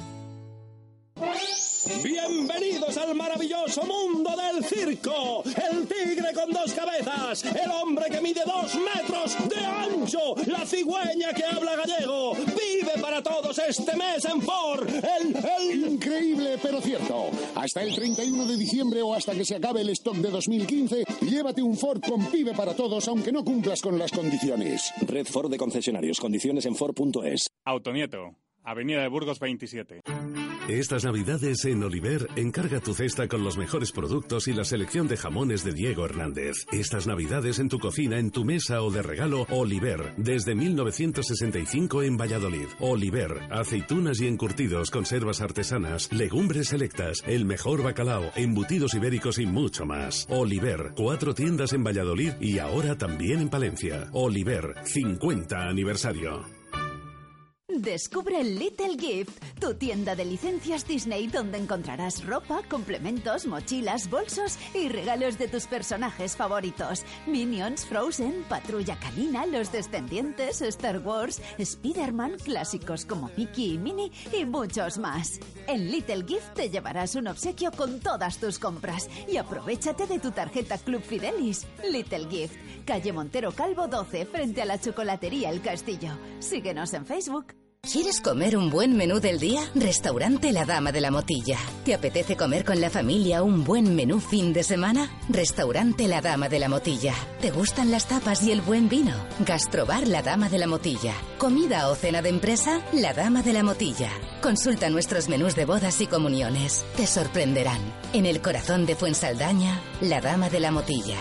Bienvenidos al maravilloso mundo del circo. El tigre con dos cabezas, el hombre que mide dos metros de ancho, la cigüeña que habla gallego. Vive para todos este mes en Ford. El, el... Increíble pero cierto. Hasta el treinta y uno de diciembre o hasta que se acabe el stock de dos mil quince, llévate un Ford con Vive para todos aunque no cumplas con las condiciones. Red Ford de concesionarios. Condiciones en Ford punto es. Autonieto, Avenida de Burgos veintisiete. Estas Navidades en Oliver, encarga tu cesta con los mejores productos y la selección de jamones de Diego Hernández. Estas Navidades en tu cocina, en tu mesa o de regalo, Oliver, desde mil novecientos sesenta y cinco en Valladolid. Oliver, aceitunas y encurtidos, conservas artesanas, legumbres selectas, el mejor bacalao, embutidos ibéricos y mucho más. Oliver, cuatro tiendas en Valladolid y ahora también en Palencia. Oliver, cincuenta aniversario. Descubre Little Gift, tu tienda de licencias Disney donde encontrarás ropa, complementos, mochilas, bolsos y regalos de tus personajes favoritos. Minions, Frozen, Patrulla Canina, Los Descendientes, Star Wars, Spider-Man, clásicos como Mickey y Minnie y muchos más. En Little Gift te llevarás un obsequio con todas tus compras y aprovéchate de tu tarjeta Club Fidelis. Little Gift, calle Montero Calvo doce, frente a la chocolatería El Castillo. Síguenos en Facebook. ¿Quieres comer un buen menú del día? Restaurante La Dama de la Motilla. ¿Te apetece comer con la familia un buen menú fin de semana? Restaurante La Dama de la Motilla. ¿Te gustan las tapas y el buen vino? Gastrobar La Dama de la Motilla. ¿Comida o cena de empresa? La Dama de la Motilla. Consulta nuestros menús de bodas y comuniones. Te sorprenderán. En el corazón de Fuensaldaña, La Dama de la Motilla.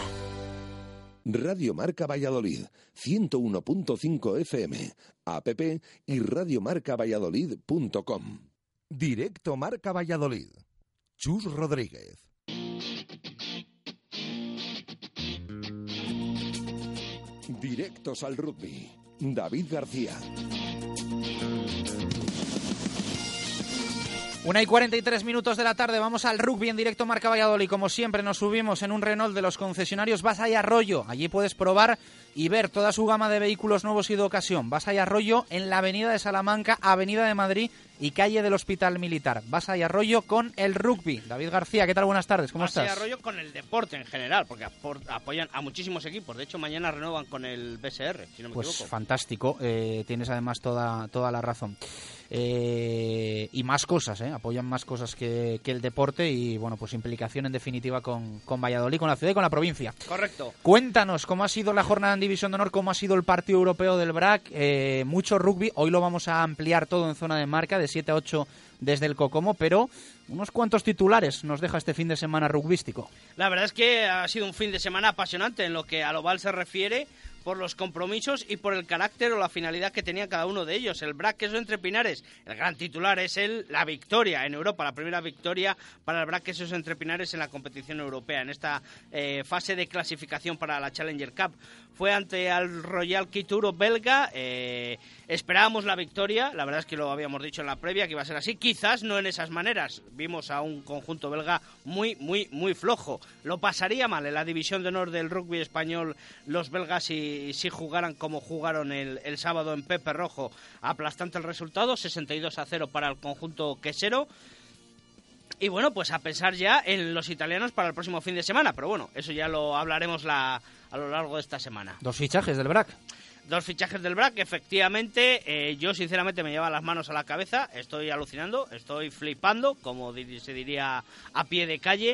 Radio Marca Valladolid, ciento uno punto cinco F M, app y radiomarca valladolid punto com. Directo Marca Valladolid. Chus Rodríguez. Directos al rugby. David García. Una y cuarenta y tres minutos de la tarde, vamos al rugby en directo Marca Valladolid. Como siempre nos subimos en un Renault de los concesionarios Vas y Arroyo. Allí puedes probar y ver toda su gama de vehículos nuevos y de ocasión. Vas y Arroyo en la avenida de Salamanca, avenida de Madrid y calle del Hospital Militar. Vas y Arroyo con el rugby. David García, ¿qué tal? Buenas tardes, ¿cómo estás? Vas y Arroyo con el deporte en general, porque apoyan a muchísimos equipos. De hecho, mañana renuevan con el B S R, si no me pues equivoco. Fantástico, eh, tienes además toda, toda la razón. Eh, y más cosas, eh, apoyan más cosas que, que el deporte y bueno, pues implicación en definitiva con, con Valladolid, con la ciudad y con la provincia. Correcto. Cuéntanos cómo ha sido la jornada en División de Honor, cómo ha sido el partido europeo del B R A C, eh, mucho rugby, hoy lo vamos a ampliar todo en zona de marca de siete a ocho desde el Cocomo, pero unos cuantos titulares nos deja este fin de semana rugbístico. La verdad es que ha sido un fin de semana apasionante en lo que a Oval se refiere, por los compromisos y por el carácter o la finalidad que tenía cada uno de ellos. El B R A C Queso Entre Pinares, el gran titular es el, la victoria en Europa, la primera victoria para el B R A C Queso Entre Pinares en la competición europea, en esta eh, fase de clasificación para la Challenger Cup. Fue ante el Royal Kituro belga, eh, esperábamos la victoria, la verdad es que lo habíamos dicho en la previa que iba a ser así, quizás no en esas maneras, vimos a un conjunto belga muy, muy, muy flojo. Lo pasaría mal en la División de Honor del rugby español los belgas y Y si jugaran como jugaron el, el sábado en Pepe Rojo. Aplastante el resultado, sesenta y dos a cero para el conjunto quesero. Y bueno, pues a pensar ya en los italianos para el próximo fin de semana. Pero bueno, eso ya lo hablaremos la, a lo largo de esta semana. Dos fichajes del B R A C. Dos fichajes del B R A C, efectivamente. Eh, yo sinceramente me lleva las manos a la cabeza. Estoy alucinando, estoy flipando, como se diría a pie de calle,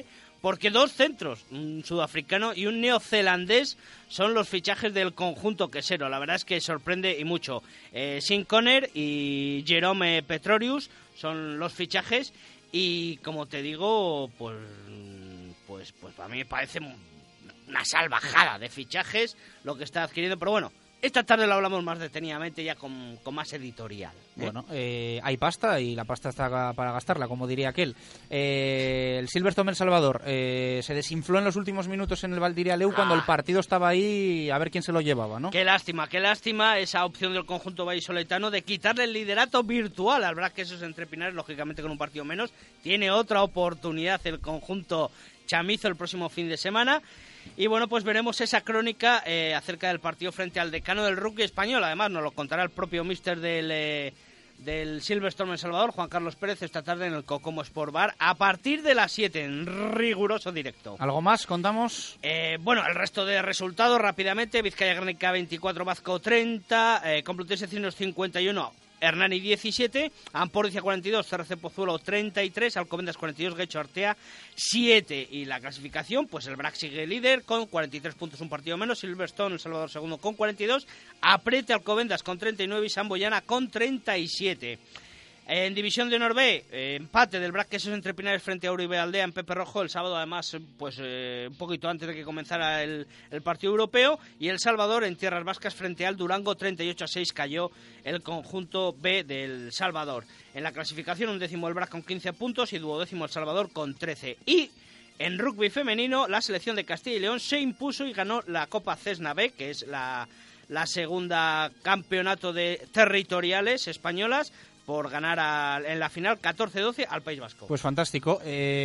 porque dos centros, un sudafricano y un neozelandés, son los fichajes del conjunto quesero. La verdad es que sorprende y mucho. Eh, Sean Conner y Jerome Pretorius son los fichajes y, como te digo, pues, pues, pues para mí me parece una salvajada de fichajes lo que está adquiriendo, pero bueno, esta tarde lo hablamos más detenidamente, ya con, con más editorial. ¿eh? Bueno, eh, hay pasta y la pasta está para gastarla, como diría aquel. Eh, el Silverstone El Salvador eh, se desinfló en los últimos minutos en el Valdiraleu ah. cuando el partido estaba ahí a ver quién se lo llevaba, ¿no? Qué lástima, qué lástima esa opción del conjunto vallisoletano de quitarle el liderato virtual al Brac Quesos Entre Pinares, lógicamente con un partido menos. Tiene otra oportunidad el conjunto chamizo el próximo fin de semana. Y bueno, pues veremos esa crónica eh, acerca del partido frente al decano del rugby español. Además, nos lo contará el propio míster del, eh, del Silverstone El Salvador, Juan Carlos Pérez, esta tarde en el Cocomo Sport Bar, a partir de las siete, en riguroso directo. ¿Algo más contamos? Eh, bueno, el resto de resultados rápidamente. Vizcaya Guernica veinticuatro, Vasco treinta, eh, Complutense Cinos cincuenta y uno, Hernani diecisiete, Amporizia cuarenta y dos, C R C Pozuelo treinta y tres, Alcobendas cuarenta y dos, Guecho Artea siete. Y la clasificación, pues el Brac sigue líder con cuarenta y tres puntos, un partido menos. Silverstone El Salvador segundo con cuarenta y dos, Aprete Alcobendas con treinta y nueve y San Boyana con treinta y siete. En División de Honor B, eh, empate del Brac Quesos Entre Pinares frente a Uribe Aldea en Pepe Rojo el sábado, además pues eh, un poquito antes de que comenzara el, el partido europeo. Y El Salvador en Tierras Vascas frente al Durango, treinta y ocho a seis cayó el conjunto B del Salvador. En la clasificación, un décimo el Brac con quince puntos y duodécimo El Salvador con trece. Y en rugby femenino, la selección de Castilla y León se impuso y ganó la Copa Cesna B, que es la, la segunda campeonato de territoriales españolas, por ganar a, en la final catorce doce al País Vasco. Pues fantástico.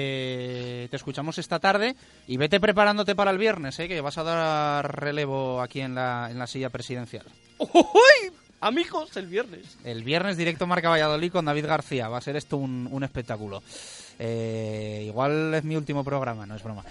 Eh, te escuchamos esta tarde y vete preparándote para el viernes, eh, que vas a dar relevo aquí en la, en la silla presidencial. ¡Uy! Amigos, el viernes. El viernes directo Marca Valladolid con David García. Va a ser esto un, un espectáculo. Eh, igual es mi último programa, no es broma.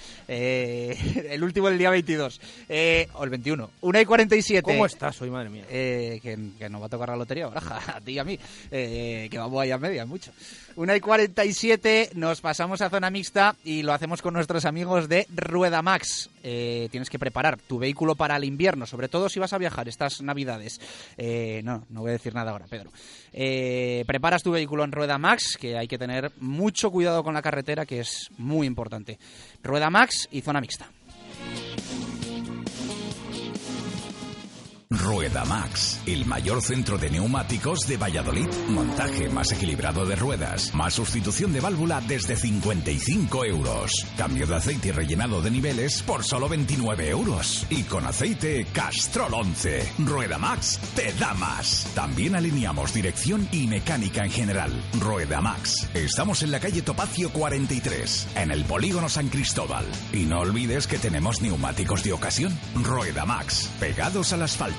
Eh, el último el día veintidós. Eh, o el veintiuno. una y cuarenta y siete. ¿Cómo estás hoy, madre mía? Eh, que, que nos va a tocar la lotería, Baraja, a ti y a mí. Eh, que vamos ahí a media, mucho. una y cuarenta y siete, nos pasamos a zona mixta y lo hacemos con nuestros amigos de Rueda Max. Eh, tienes que preparar tu vehículo para el invierno, sobre todo si vas a viajar estas navidades. Eh, no, no voy a decir nada ahora, Pedro. Eh, preparas tu vehículo en Rueda Max, que hay que tener mucho cuidado con la carretera, que es muy importante. Rueda Max y zona mixta. Rueda Max, el mayor centro de neumáticos de Valladolid. Montaje más equilibrado de ruedas, más sustitución de válvula desde cincuenta y cinco euros. Cambio de aceite y rellenado de niveles por solo veintinueve euros. Y con aceite Castrol once. Rueda Max te da más. También alineamos dirección y mecánica en general. Rueda Max. Estamos en la calle Topacio cuarenta y tres, en el polígono San Cristóbal. Y no olvides que tenemos neumáticos de ocasión. Rueda Max, pegados al asfalto.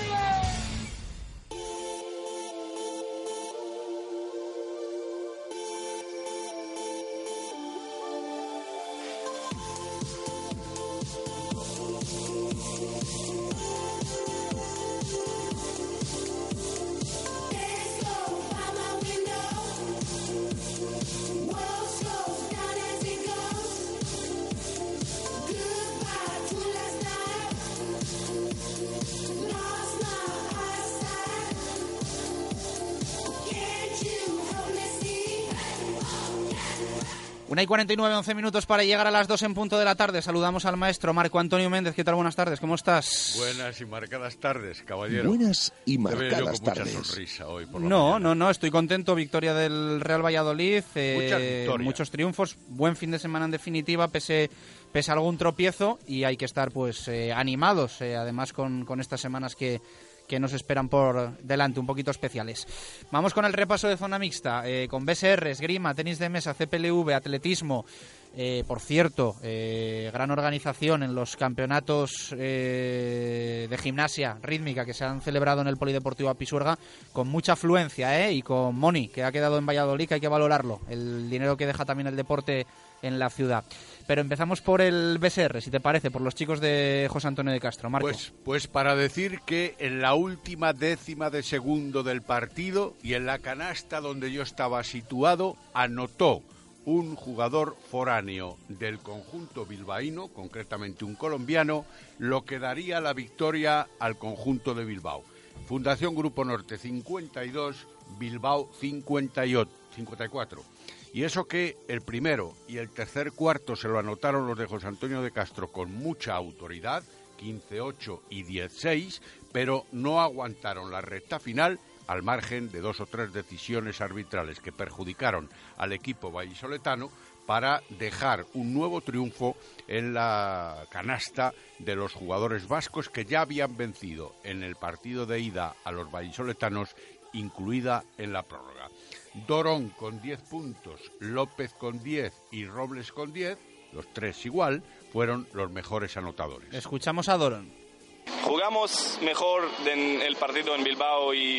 una y cuarenta y nueve, once minutos para llegar a las dos en punto de la tarde. Saludamos al maestro Marco Antonio Méndez. ¿Qué tal? Buenas tardes, ¿cómo estás? Buenas y marcadas tardes, caballero. Buenas y marcadas Te veo yo con tardes. mucha sonrisa hoy por la No, mañana. no, no, estoy contento. Victoria del Real Valladolid. Eh, Mucha victoria. Muchos triunfos. Buen fin de semana en definitiva, pese, pese a algún tropiezo. Y hay que estar pues eh, animados, eh, además con, con estas semanas que... que nos esperan por delante, un poquito especiales. Vamos con el repaso de zona mixta, eh, con B S R, esgrima, tenis de mesa, C P L V, atletismo. Eh, por cierto, eh, gran organización en los campeonatos eh, de gimnasia rítmica que se han celebrado en el Polideportivo Apisuerga, con mucha afluencia, eh, y con Moni, que ha quedado en Valladolid, que hay que valorarlo, el dinero que deja también el deporte en la ciudad. Pero empezamos por el B S R, si te parece, por los chicos de José Antonio de Castro. Marco. Pues, pues para decir que en la última décima de segundo del partido y en la canasta donde yo estaba situado, anotó un jugador foráneo del conjunto bilbaíno, concretamente un colombiano, lo que daría la victoria al conjunto de Bilbao. Fundación Grupo Norte cincuenta y dos, Bilbao cincuenta y cuatro. Y eso que el primero y el tercer cuarto se lo anotaron los de José Antonio de Castro con mucha autoridad, quince ocho y diez seis, pero no aguantaron la recta final al margen de dos o tres decisiones arbitrales que perjudicaron al equipo vallisoletano para dejar un nuevo triunfo en la canasta de los jugadores vascos que ya habían vencido en el partido de ida a los vallisoletanos, incluida en la prórroga. Dorón con diez puntos, López con diez y Robles con diez, los tres igual, fueron los mejores anotadores. Escuchamos a Dorón. Jugamos mejor en el partido en Bilbao y,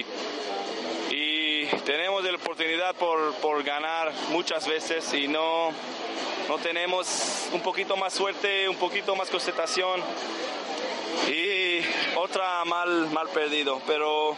y tenemos la oportunidad por, por ganar muchas veces y no, no tenemos un poquito más suerte, un poquito más concentración y otra mal, mal perdido, pero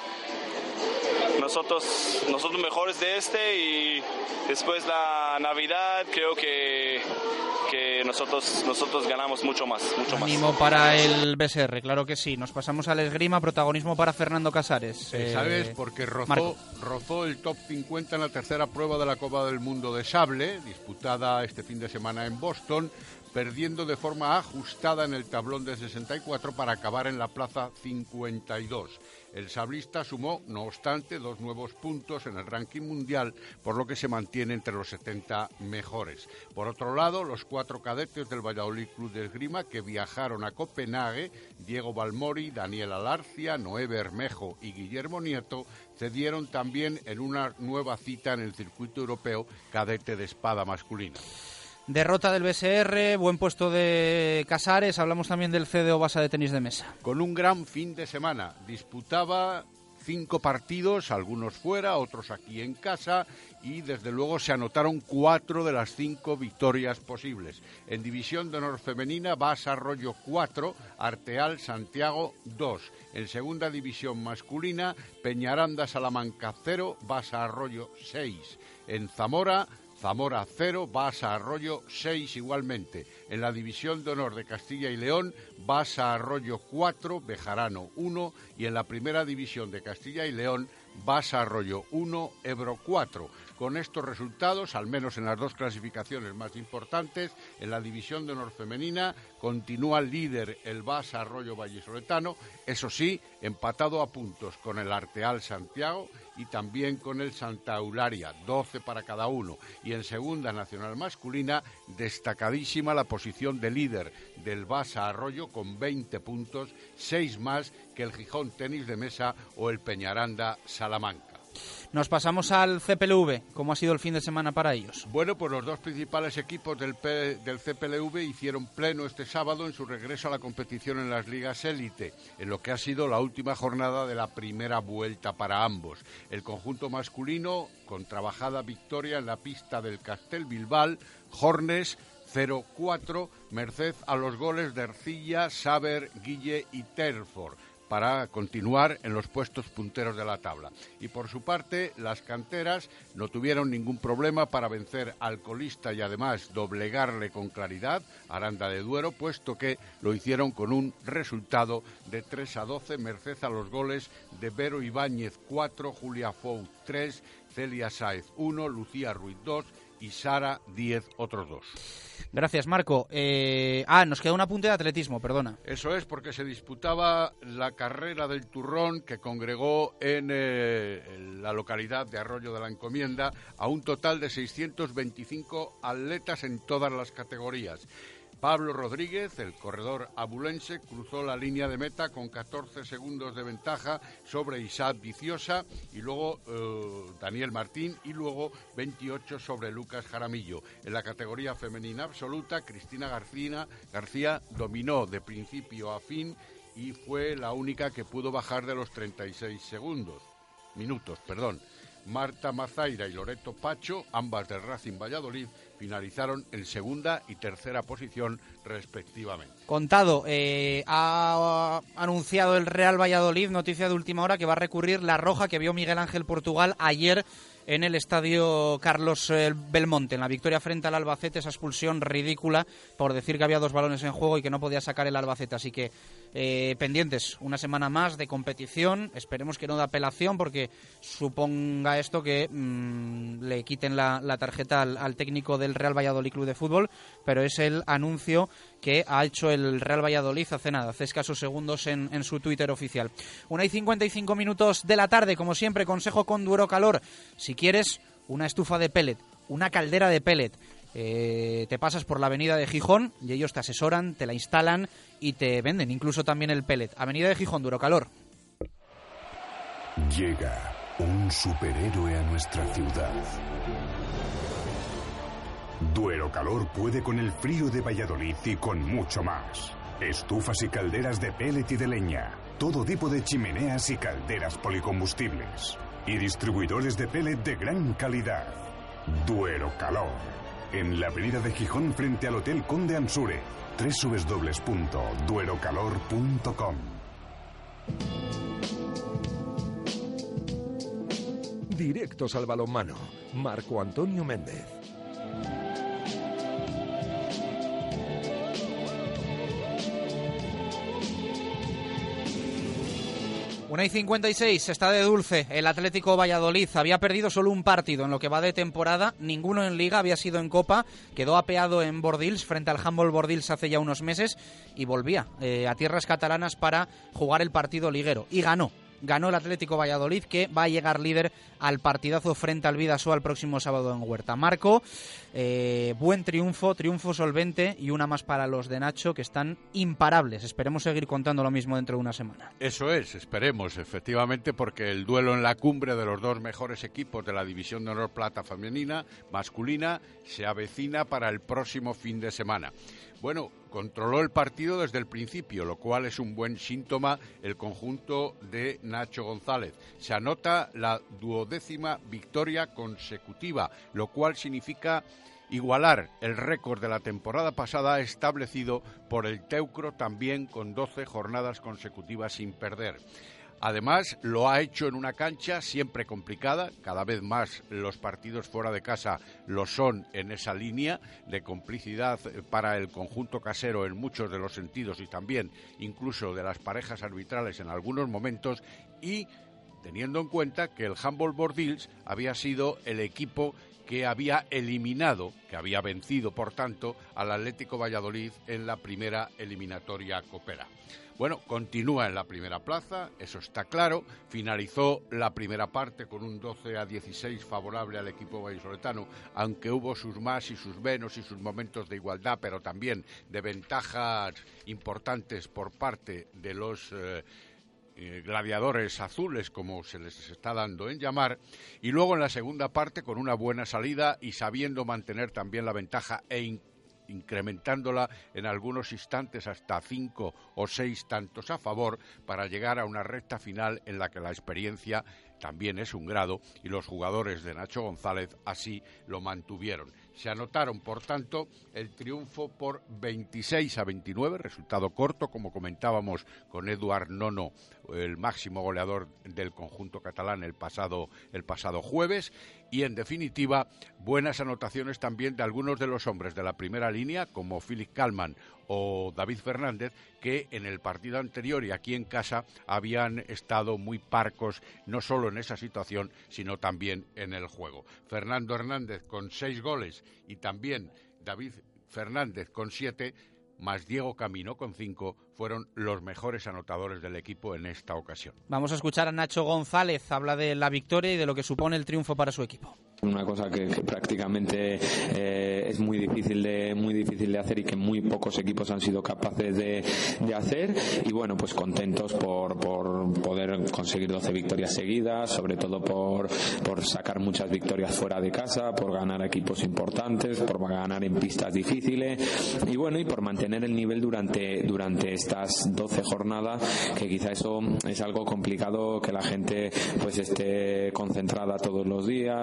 nosotros, nosotros mejores de este y después la Navidad creo que que nosotros nosotros ganamos mucho más, mucho Ánimo más. para el B S R, claro que sí. Nos pasamos al esgrima, protagonismo para Fernando Casares. Eh, ¿Sabes? Porque rozó, rozó el top cincuenta en la tercera prueba de la Copa del Mundo de Sable, disputada este fin de semana en Boston, perdiendo de forma ajustada en el tablón de sesenta y cuatro para acabar en la plaza cincuenta y dos. El sablista sumó, no obstante, dos nuevos puntos en el ranking mundial, por lo que se mantiene entre los setenta mejores. Por otro lado, los cuatro cadetes del Valladolid Club de Esgrima que viajaron a Copenhague, Diego Balmori, Daniel Alarcia, Noé Bermejo y Guillermo Nieto, cedieron también en una nueva cita en el circuito europeo cadete de espada masculina. Derrota del B S R, buen puesto de Casares, hablamos también del C D O Basa de tenis de mesa. Con un gran fin de semana, disputaba cinco partidos, algunos fuera, otros aquí en casa, y desde luego se anotaron cuatro de las cinco victorias posibles. En División de Honor Femenina, Basa Arroyo cuatro, Arteal Santiago dos. En Segunda División Masculina, Peñaranda Salamanca cero, Basa Arroyo seis. En Zamora, Zamora cero, Basa Arroyo seis igualmente. En la División de Honor de Castilla y León, Basa Arroyo cuatro, Bejarano uno. Y en la Primera División de Castilla y León, Basa Arroyo uno, Ebro cuatro. Con estos resultados, al menos en las dos clasificaciones más importantes, en la División de Honor Femenina continúa líder el Basa Arroyo vallisoletano, eso sí, empatado a puntos con el Arteal Santiago y también con el Santa Eularia, doce para cada uno. Y en Segunda Nacional Masculina, destacadísima la posición de líder del Basa Arroyo con veinte puntos, seis más que el Gijón Tenis de Mesa o el Peñaranda Salamanca. Nos pasamos al C P L V. ¿Cómo ha sido el fin de semana para ellos? Bueno, pues los dos principales equipos del, P- del C P L V hicieron pleno este sábado en su regreso a la competición en las ligas élite, en lo que ha sido la última jornada de la primera vuelta para ambos. El conjunto masculino, con trabajada victoria en la pista del Castel Bilbao, Hornes cero cuatro, merced a los goles de Ercilla, Saber, Guille y Telford, para continuar en los puestos punteros de la tabla. Y por su parte, las canteras no tuvieron ningún problema para vencer al colista y además doblegarle con claridad a Aranda de Duero, puesto que lo hicieron con un resultado de tres a doce, merced a los goles de Vero Ibáñez cuatro, Julia Fou tres, Celia Sáez uno, Lucía Ruiz dos y Sara diez, otros dos. Gracias, Marco. Eh, ah, nos queda un apunte de atletismo, perdona. Eso es, porque se disputaba la carrera del turrón que congregó en, eh, en la localidad de Arroyo de la Encomienda a un total de seiscientos veinticinco atletas en todas las categorías. Pablo Rodríguez, el corredor abulense, cruzó la línea de meta con catorce segundos de ventaja sobre Isaac Viciosa y luego eh, Daniel Martín y luego veintiocho sobre Lucas Jaramillo. En la categoría femenina absoluta, Cristina García, García dominó de principio a fin y fue la única que pudo bajar de los treinta y seis segundos, minutos, perdón. Marta Mazaira y Loreto Pacho, ambas del Racing Valladolid, finalizaron en segunda y tercera posición respectivamente. Contado, eh, ha anunciado el Real Valladolid, noticia de última hora, que va a recurrir la roja que vio Miguel Ángel Portugal ayer en el estadio Carlos Belmonte, en la victoria frente al Albacete, esa expulsión ridícula por decir que había dos balones en juego y que no podía sacar el Albacete. Así que eh, pendientes, una semana más de competición, esperemos que no de apelación, porque suponga esto que mmm, le quiten la, la tarjeta al, al técnico del Real Valladolid Club de Fútbol, pero es el anuncio que ha hecho el Real Valladolid hace nada, hace escasos segundos en, en su Twitter oficial. Una y cincuenta y cinco minutos de la tarde, como siempre, consejo con Duero Calor. Si quieres una estufa de pellet, una caldera de pellet, eh, te pasas por la avenida de Gijón y ellos te asesoran, te la instalan y te venden incluso también el pellet. Avenida de Gijón, Duero Calor. Llega un superhéroe a nuestra ciudad. Duero Calor puede con el frío de Valladolid y con mucho más. Estufas y calderas de pellet y de leña, todo tipo de chimeneas y calderas policombustibles y distribuidores de pellet de gran calidad. Duero Calor, en la avenida de Gijón frente al Hotel Conde Ansure, doble u doble u doble u punto duero calor punto com. Directos al balonmano, Marco Antonio Méndez. una y cincuenta y seis, está de dulce el Atlético Valladolid. Había perdido solo un partido en lo que va de temporada, ninguno en Liga, había sido en Copa, quedó apeado en Bordils frente al Handball Bordils hace ya unos meses y volvía eh, a tierras catalanas para jugar el partido liguero y ganó. Ganó el Atlético Valladolid, que va a llegar líder al partidazo frente al Bidasoa el próximo sábado en Huerta. Marco, eh, buen triunfo, triunfo solvente y una más para los de Nacho, que están imparables. Esperemos seguir contando lo mismo dentro de una semana. Eso es, esperemos, efectivamente, porque el duelo en la cumbre de los dos mejores equipos de la División de Honor Plata femenina, masculina, se avecina para el próximo fin de semana. Bueno, controló el partido desde el principio, lo cual es un buen síntoma el conjunto de Nacho González. Se anota la duodécima victoria consecutiva, lo cual significa igualar el récord de la temporada pasada establecido por el Teucro, también con doce jornadas consecutivas sin perder. Además, lo ha hecho en una cancha siempre complicada, cada vez más los partidos fuera de casa lo son en esa línea de complicidad para el conjunto casero en muchos de los sentidos y también incluso de las parejas arbitrales en algunos momentos, y teniendo en cuenta que el Handball Bordils había sido el equipo que había eliminado, que había vencido, por tanto, al Atlético Valladolid en la primera eliminatoria copera. Bueno, continúa en la primera plaza, eso está claro. Finalizó la primera parte con un doce a dieciséis favorable al equipo vallisoletano, aunque hubo sus más y sus menos y sus momentos de igualdad, pero también de ventajas importantes por parte de los eh, eh, gladiadores azules, como se les está dando en llamar. Y luego en la segunda parte, con una buena salida y sabiendo mantener también la ventaja e incluso incrementándola en algunos instantes hasta cinco o seis tantos a favor, para llegar a una recta final en la que la experiencia también es un grado y los jugadores de Nacho González así lo mantuvieron. Se anotaron, por tanto, el triunfo por veintiséis a veintinueve, resultado corto, como comentábamos con Eduard Nono, el máximo goleador del conjunto catalán el pasado, el pasado jueves, y en definitiva, buenas anotaciones también de algunos de los hombres de la primera línea, como Philip Kalman o David Fernández, que en el partido anterior y aquí en casa habían estado muy parcos, no solo en esa situación, sino también en el juego. Fernando Hernández con seis goles y también David Fernández con siete, más Diego Camino con cinco, fueron los mejores anotadores del equipo en esta ocasión. Vamos a escuchar a Nacho González, habla de la victoria y de lo que supone el triunfo para su equipo. Una cosa que, que prácticamente eh, es muy difícil de muy difícil de hacer y que muy pocos equipos han sido capaces de, de hacer, y bueno, pues contentos por, por poder conseguir doce victorias seguidas, sobre todo por, por sacar muchas victorias fuera de casa, por ganar a equipos importantes, por ganar en pistas difíciles y bueno, y por mantener el nivel durante, durante estas doce jornadas, que quizá eso es algo complicado, que la gente pues esté concentrada todos los días, que esté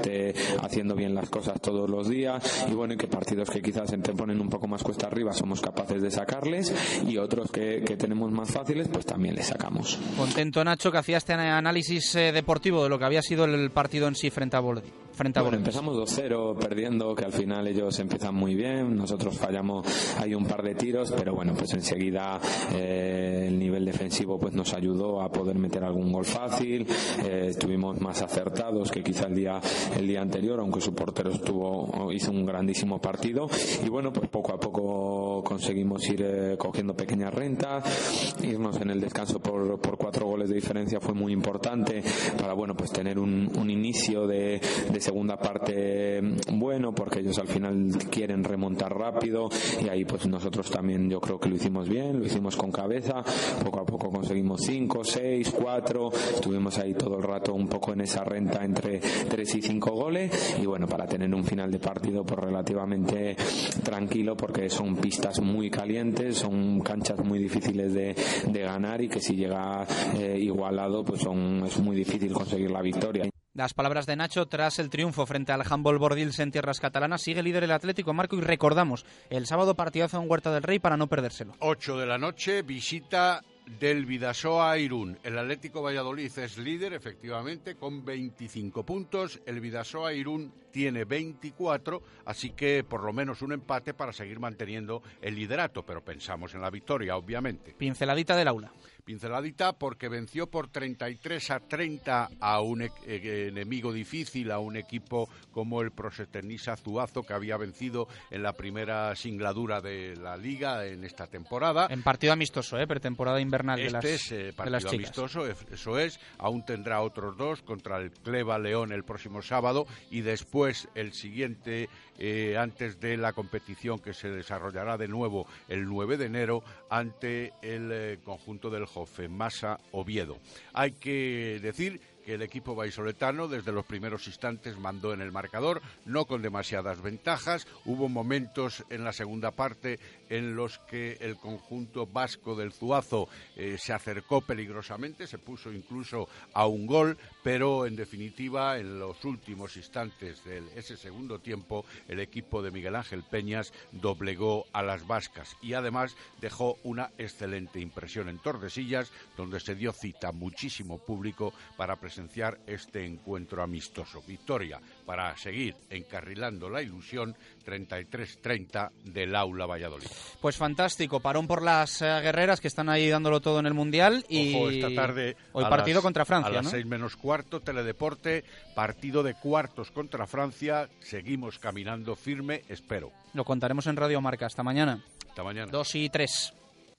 esté haciendo bien las cosas todos los días, y bueno, y que partidos que quizás te ponen un poco más cuesta arriba somos capaces de sacarles, y otros que, que tenemos más fáciles pues también les sacamos. Contento, Nacho, que hacía este análisis eh, deportivo de lo que había sido el partido en sí frente a Boldi. Frente a bueno, empezamos dos cero perdiendo, que al final ellos empiezan muy bien, nosotros fallamos hay un par de tiros, pero bueno, pues enseguida eh, el nivel defensivo pues nos ayudó a poder meter algún gol fácil, eh, estuvimos más acertados que quizá el día el día anterior, aunque su portero estuvo hizo un grandísimo partido, y bueno, pues poco a poco conseguimos ir eh, cogiendo pequeñas rentas, irnos en el descanso por, por cuatro goles de diferencia fue muy importante para bueno, pues tener un, un inicio de, de segunda parte bueno, porque ellos al final quieren remontar rápido, y ahí pues nosotros también yo creo que lo hicimos bien, lo hicimos con cabeza, poco a poco conseguimos cinco, seis, cuatro, estuvimos ahí todo el rato un poco en esa renta entre tres y cinco goles, y bueno, para tener un final de partido pues relativamente tranquilo, porque son pistas muy calientes, son canchas muy difíciles de, de ganar, y que si llega eh, igualado pues son, es muy difícil conseguir la victoria. Las palabras de Nacho tras el triunfo frente al Handball Bordils en tierras catalanas. Sigue líder el Atlético, Marco, y recordamos el sábado partidazo en Huerta del Rey para no perdérselo. ocho de la noche, visita del Bidasoa a Irún. El Atlético Valladolid es líder, efectivamente, con veinticinco puntos. El Bidasoa Irún tiene veinticuatro, así que por lo menos un empate para seguir manteniendo el liderato, pero pensamos en la victoria, obviamente. Pinceladita del aula. Pinceladita porque venció por treinta y tres a treinta a un e- enemigo difícil, a un equipo como el Proseternisa Zuazo, que había vencido en la primera singladura de la Liga en esta temporada. En partido amistoso, ¿eh? Pretemporada invernal este de las es eh, partido de las amistoso, eso es. Aún tendrá otros dos contra el Cleva León el próximo sábado, y después el siguiente eh, antes de la competición que se desarrollará de nuevo el nueve de enero ante el eh, conjunto del Jofemasa Oviedo. Hay que decir que el equipo vallisoletano desde los primeros instantes mandó en el marcador, no con demasiadas ventajas. Hubo momentos en la segunda parte en los que el conjunto vasco del Zuazo eh, se acercó peligrosamente, se puso incluso a un gol, pero en definitiva en los últimos instantes de ese segundo tiempo el equipo de Miguel Ángel Peñas doblegó a las vascas y además dejó una excelente impresión en Tordesillas, donde se dio cita muchísimo público para presenciar este encuentro amistoso. Victoria para seguir encarrilando la ilusión, treinta y tres treinta del Aula Valladolid. Pues fantástico, parón por las eh, guerreras que están ahí dándolo todo en el Mundial. Y ojo, esta tarde hoy partido las, contra Francia, a las ¿no? seis menos cuarto, Teledeporte, partido de cuartos contra Francia. Seguimos caminando firme, espero. Lo contaremos en Radio Marca. Hasta mañana. Hasta mañana. Dos y tres.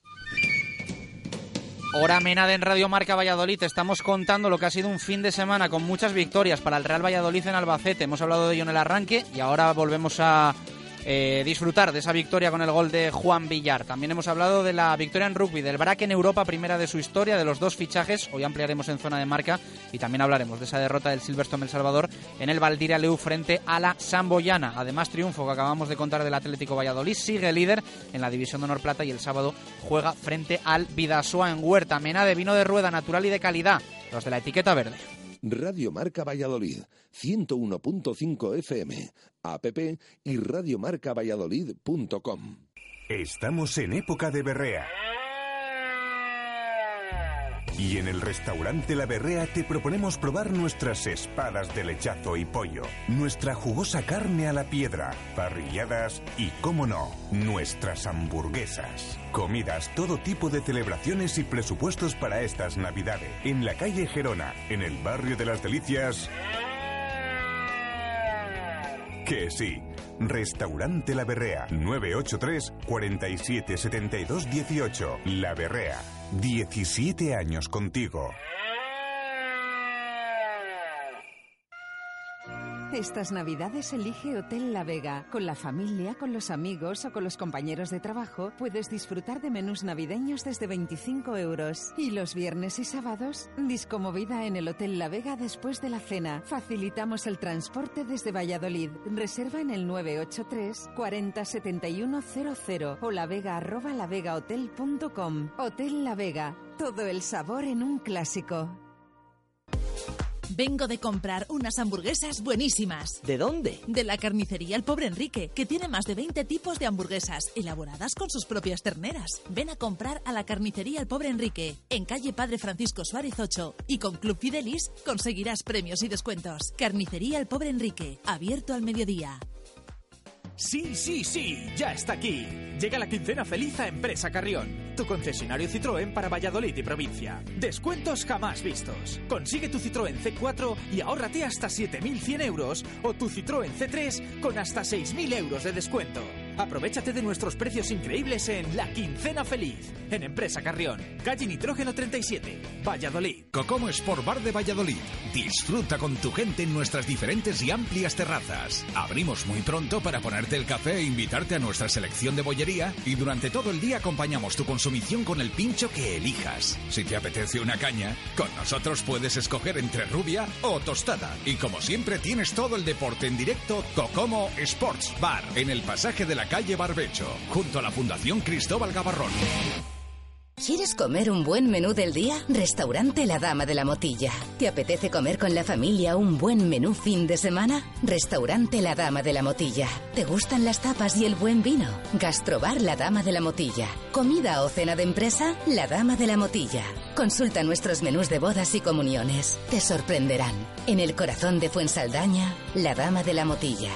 Hora menada en Radio Marca Valladolid. Estamos contando lo que ha sido un fin de semana con muchas victorias para el Real Valladolid en Albacete. Hemos hablado de ello en el arranque y ahora volvemos a eh, disfrutar de esa victoria con el gol de Juan Villar. También hemos hablado de la victoria en rugby del Brac en Europa, primera de su historia, de los dos fichajes. Hoy ampliaremos en zona de marca y también hablaremos de esa derrota del Silverstone El Salvador en el Valdiria Leu frente a la Samboyana. Además, triunfo que acabamos de contar del Atlético Valladolid. Sigue líder en la División de Honor Plata y el sábado juega frente al Bidasoa en Huerta. Mena de vino de rueda natural y de calidad, los de la etiqueta verde. Radio Marca Valladolid, ciento uno punto cinco F M, app y radiomarcavalladolid punto com. Estamos en época de berrea. Y en el restaurante La Berrea te proponemos probar nuestras espadas de lechazo y pollo, nuestra jugosa carne a la piedra, parrilladas y, cómo no, nuestras hamburguesas. Comidas, todo tipo de celebraciones y presupuestos para estas Navidades. En la calle Gerona, en el barrio de las Delicias. Que sí. Restaurante La Berrea, nueve ocho tres, cuarenta y siete, setenta y dos, dieciocho. La Berrea, diecisiete años contigo. Estas Navidades elige Hotel La Vega. Con la familia, con los amigos o con los compañeros de trabajo puedes disfrutar de menús navideños desde veinticinco euros. Y los viernes y sábados, discomovida en el Hotel La Vega después de la cena. Facilitamos el transporte desde Valladolid. Reserva en el nueve ocho tres, cuarenta, setenta y uno cero cero o lavega arroba lavegahotel punto com. Hotel La Vega. Todo el sabor en un clásico. Vengo de comprar unas hamburguesas buenísimas. ¿De dónde? De la carnicería El Pobre Enrique, que tiene más de veinte tipos de hamburguesas, elaboradas con sus propias terneras. Ven a comprar a la carnicería El Pobre Enrique, en calle Padre Francisco Suárez ocho. Y con Club Fidelis conseguirás premios y descuentos. Carnicería El Pobre Enrique, abierto al mediodía. Sí, sí, sí, ya está aquí. Llega la quincena feliz a Empresa Carrión, tu concesionario Citroën para Valladolid y provincia. Descuentos jamás vistos. Consigue tu Citroën C cuatro y ahórrate hasta siete mil cien euros o tu Citroën C tres con hasta seis mil euros de descuento. Aprovéchate de nuestros precios increíbles en La Quincena Feliz, en Empresa Carrión, calle Nitrógeno treinta y siete, Valladolid. Cocomo Sport Bar de Valladolid. Disfruta con tu gente en nuestras diferentes y amplias terrazas. Abrimos muy pronto para ponerte el café e invitarte a nuestra selección de bollería, y durante todo el día acompañamos tu consumición con el pincho que elijas. Si te apetece una caña, con nosotros puedes escoger entre rubia o tostada. Y como siempre tienes todo el deporte en directo. Cocomo Sports Bar, en el pasaje de la calle Barbecho, junto a la Fundación Cristóbal Gavarrón. ¿Quieres comer un buen menú del día? Restaurante La Dama de la Motilla. ¿Te apetece comer con la familia un buen menú fin de semana? Restaurante La Dama de la Motilla. ¿Te gustan las tapas y el buen vino? Gastrobar La Dama de la Motilla. ¿Comida o cena de empresa? La Dama de la Motilla. Consulta nuestros menús de bodas y comuniones. Te sorprenderán. En el corazón de Fuensaldaña, La Dama de la Motilla.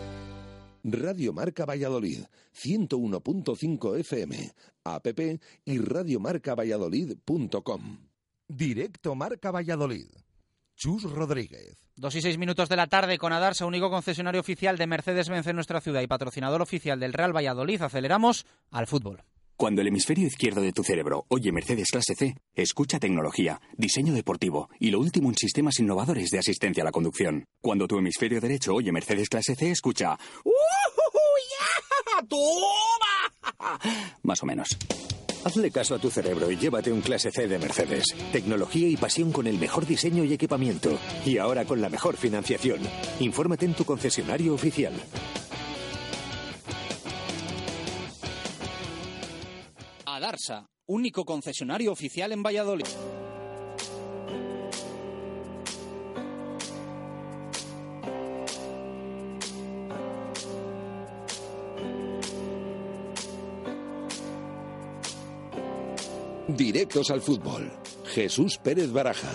Radio Marca Valladolid, ciento uno punto cinco F M, app y radiomarcavalladolid punto com. Directo Marca Valladolid. Chus Rodríguez. Dos y seis minutos de la tarde con Adarsa, único concesionario oficial de Mercedes-Benz en nuestra ciudad y patrocinador oficial del Real Valladolid. Aceleramos al fútbol. Cuando el hemisferio izquierdo de tu cerebro oye Mercedes Clase C, escucha tecnología, diseño deportivo y lo último en sistemas innovadores de asistencia a la conducción. Cuando tu hemisferio derecho oye Mercedes Clase C, escucha ¡Uh, yeah! ¡Toma! Más o menos. Hazle caso a tu cerebro y llévate un Clase C de Mercedes. Tecnología y pasión con el mejor diseño y equipamiento. Y ahora con la mejor financiación. Infórmate en tu concesionario oficial. Adarsa, único concesionario oficial en Valladolid. Directos al fútbol. Jesús Pérez Baraja.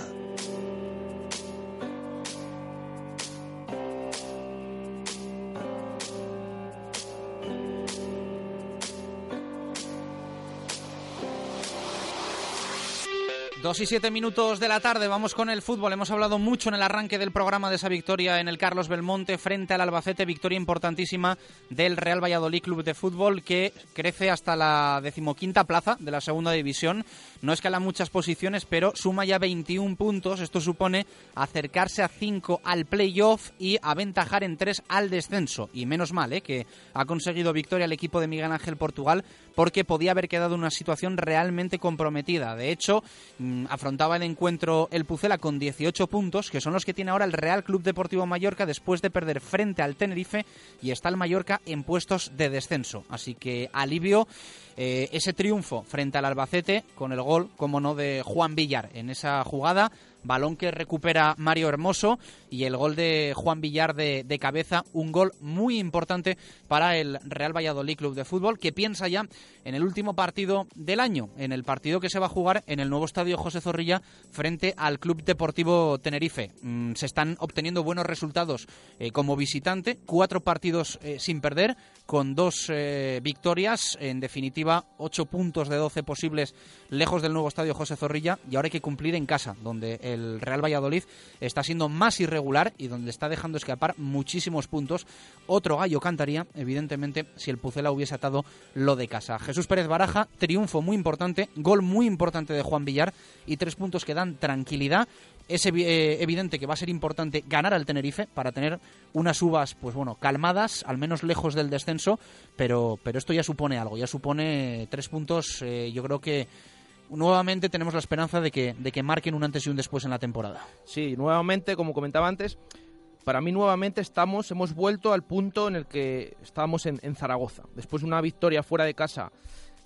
Dos y siete minutos de la tarde, vamos con el fútbol. Hemos hablado mucho en el arranque del programa de esa victoria en el Carlos Belmonte frente al Albacete, victoria importantísima del Real Valladolid Club de Fútbol, que crece hasta la decimoquinta plaza de la segunda división. No escala muchas posiciones, pero suma ya veintiún puntos. Esto supone acercarse a cinco al playoff y aventajar en tres al descenso. Y menos mal, ¿eh? que ha conseguido victoria el equipo de Miguel Ángel Portugal, porque podía haber quedado en una situación realmente comprometida. De hecho, mmm, afrontaba el encuentro el Pucela con dieciocho puntos, que son los que tiene ahora el Real Club Deportivo Mallorca después de perder frente al Tenerife, y está el Mallorca en puestos de descenso. Así que alivio eh, ese triunfo frente al Albacete con el gol, como no, de Juan Villar en esa jugada. Balón que recupera Mario Hermoso y el gol de Juan Villar de, de cabeza, un gol muy importante para el Real Valladolid Club de Fútbol, que piensa ya en el último partido del año, en el partido que se va a jugar en el nuevo estadio José Zorrilla frente al Club Deportivo Tenerife. Mm, se están obteniendo buenos resultados eh, como visitante, cuatro partidos eh, sin perder, con dos eh, victorias, en definitiva ocho puntos de doce posibles lejos del nuevo estadio José Zorrilla, y ahora hay que cumplir en casa, donde el Real Valladolid está siendo más irregular y donde está dejando escapar muchísimos puntos. Otro gallo cantaría, evidentemente, si el Pucela hubiese atado lo de casa. Jesús Pérez Baraja, triunfo muy importante, gol muy importante de Juan Villar y tres puntos que dan tranquilidad. Es evidente que va a ser importante ganar al Tenerife para tener unas uvas, pues bueno, calmadas, al menos lejos del descenso, pero, pero esto ya supone algo, ya supone tres puntos. Eh, yo creo que nuevamente tenemos la esperanza de que, de que marquen un antes y un después en la temporada. Sí, nuevamente, como comentaba antes, para mí nuevamente estamos, hemos vuelto al punto en el que estábamos en, en Zaragoza. Después de una victoria fuera de casa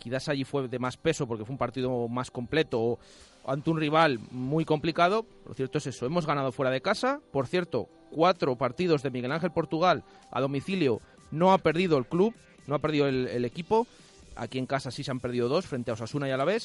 quizás allí fue de más peso porque fue un partido más completo ante un rival muy complicado. Lo cierto es eso, hemos ganado fuera de casa. Por cierto, cuatro partidos de Miguel Ángel Portugal a domicilio, no ha perdido el club, no ha perdido el, el equipo. Aquí en casa sí se han perdido dos, frente a Osasuna y Alavés.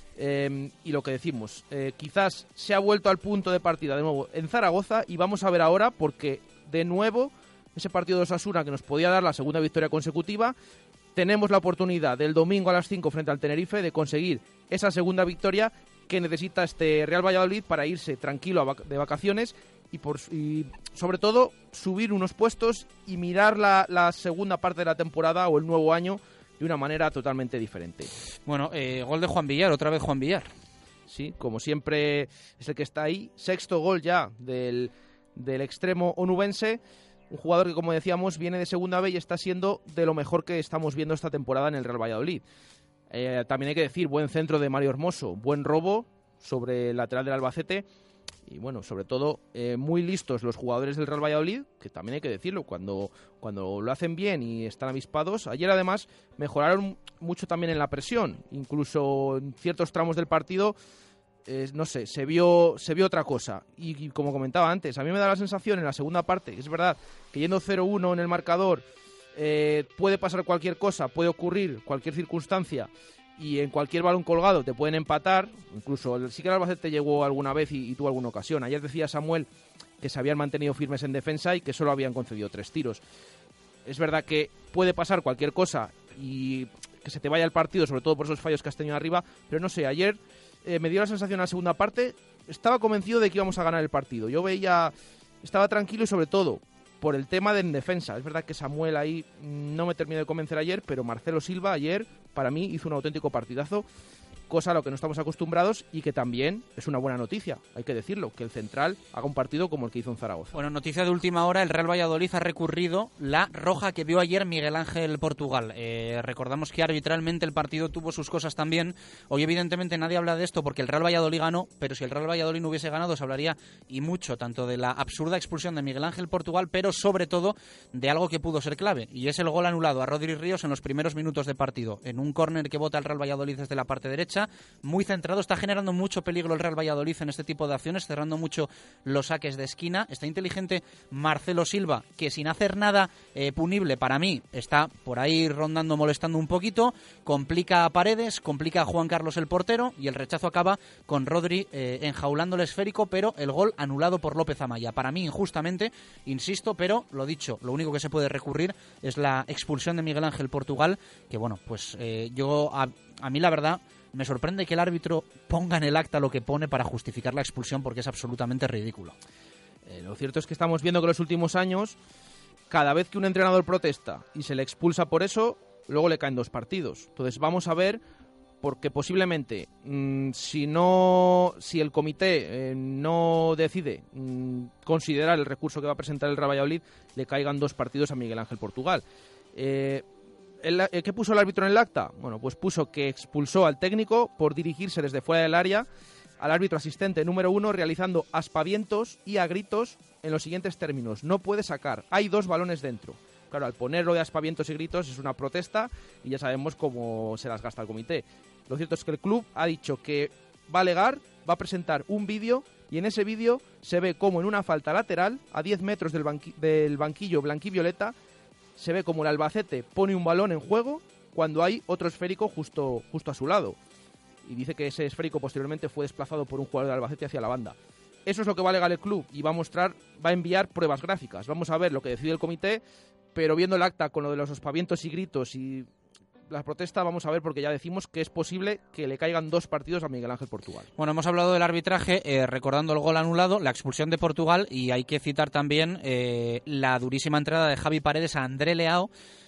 Eh, y lo que decimos, eh, quizás se ha vuelto al punto de partida de nuevo en Zaragoza, y vamos a ver ahora, porque de nuevo ese partido de Osasuna que nos podía dar la segunda victoria consecutiva, tenemos la oportunidad del domingo a las cinco frente al Tenerife de conseguir esa segunda victoria que necesita este Real Valladolid para irse tranquilo a vac- de vacaciones y, por, y sobre todo subir unos puestos y mirar la, la segunda parte de la temporada o el nuevo año de una manera totalmente diferente. Bueno, eh, gol de Juan Villar, otra vez Juan Villar. Sí, como siempre es el que está ahí. Sexto gol ya del, del extremo onubense. Un jugador que, como decíamos, viene de segunda B y está siendo de lo mejor que estamos viendo esta temporada en el Real Valladolid. Eh, también hay que decir, buen centro de Mario Hermoso, buen robo sobre el lateral del Albacete. Y bueno, sobre todo, eh, muy listos los jugadores del Real Valladolid, que también hay que decirlo, cuando, cuando lo hacen bien y están avispados. Ayer además mejoraron mucho también en la presión, incluso en ciertos tramos del partido, eh, no sé, se vio, se vio otra cosa. Y, y como comentaba antes, a mí me da la sensación en la segunda parte, que es verdad que yendo cero uno en el marcador, eh, puede pasar cualquier cosa, puede ocurrir cualquier circunstancia, y en cualquier balón colgado te pueden empatar. Incluso sí que el Albacete llegó alguna vez y, y tuvo alguna ocasión. Ayer decía Samuel que se habían mantenido firmes en defensa y que solo habían concedido tres tiros. Es verdad que puede pasar cualquier cosa y que se te vaya el partido, sobre todo por esos fallos que has tenido arriba, pero no sé, ayer eh, me dio la sensación en la segunda parte, estaba convencido de que íbamos a ganar el partido. Yo veía, estaba tranquilo y sobre todo por el tema de en defensa. Es verdad que Samuel ahí no me terminó de convencer ayer, pero Marcelo Silva ayer para mí hizo un auténtico partidazo, cosa a lo que no estamos acostumbrados y que también es una buena noticia, hay que decirlo, que el central haga un partido como el que hizo en Zaragoza. Bueno, noticia de última hora, el Real Valladolid ha recurrido la roja que vio ayer Miguel Ángel Portugal. Eh, recordamos que arbitralmente el partido tuvo sus cosas también. Hoy evidentemente nadie habla de esto porque el Real Valladolid ganó, pero si el Real Valladolid no hubiese ganado se hablaría y mucho, tanto de la absurda expulsión de Miguel Ángel Portugal, pero sobre todo de algo que pudo ser clave, y es el gol anulado a Rodri Ríos en los primeros minutos de partido, en un córner que bota el Real Valladolid desde la parte derecha, muy centrado, está generando mucho peligro el Real Valladolid en este tipo de acciones, cerrando mucho los saques de esquina. Está inteligente Marcelo Silva, que sin hacer nada eh, punible para mí, está por ahí rondando, molestando un poquito, complica a Paredes, complica a Juan Carlos el portero, y el rechazo acaba con Rodri eh, enjaulando el esférico, pero el gol anulado por López Amaya. Para mí injustamente, insisto, pero lo dicho, lo único que se puede recurrir es la expulsión de Miguel Ángel Portugal, que bueno, pues eh, yo a, a mí la verdad me sorprende que el árbitro ponga en el acta lo que pone para justificar la expulsión, porque es absolutamente ridículo. Eh, lo cierto es que estamos viendo que en los últimos años, cada vez que un entrenador protesta y se le expulsa por eso, luego le caen dos partidos. Entonces vamos a ver, porque posiblemente mmm, si no, si el comité eh, no decide mmm, considerar el recurso que va a presentar el Real Valladolid, le caigan dos partidos a Miguel Ángel Portugal. Eh, El, ¿Qué puso el árbitro en el acta? Bueno, pues puso que expulsó al técnico por dirigirse desde fuera del área al árbitro asistente número uno, realizando aspavientos y a gritos en los siguientes términos: no puede sacar, hay dos balones dentro. Claro, al ponerlo de aspavientos y gritos es una protesta y ya sabemos cómo se las gasta el comité. Lo cierto es que el club ha dicho que va a alegar, va a presentar un vídeo, y en ese vídeo se ve como en una falta lateral, a diez metros del, banqui- del banquillo blanquivioleta, se ve como el Albacete pone un balón en juego cuando hay otro esférico justo, justo a su lado. Y dice que ese esférico posteriormente fue desplazado por un jugador del Albacete hacia la banda. Eso es lo que va a alegar el club y va a mostrar, va a enviar pruebas gráficas. Vamos a ver lo que decide el comité, pero viendo el acta con lo de los aspavientos y gritos y la protesta, vamos a ver, porque ya decimos que es posible que le caigan dos partidos a Miguel Ángel Portugal. Bueno, hemos hablado del arbitraje, eh, recordando el gol anulado, la expulsión de Portugal, y hay que citar también eh, la durísima entrada de Javi Paredes a André Leao,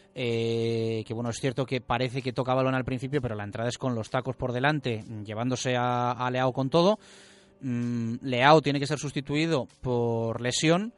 eh, que bueno, es cierto que parece que toca balón al principio, pero la entrada es con los tacos por delante, llevándose a, a Leao con todo. Mm, Leao tiene que ser sustituido por lesión.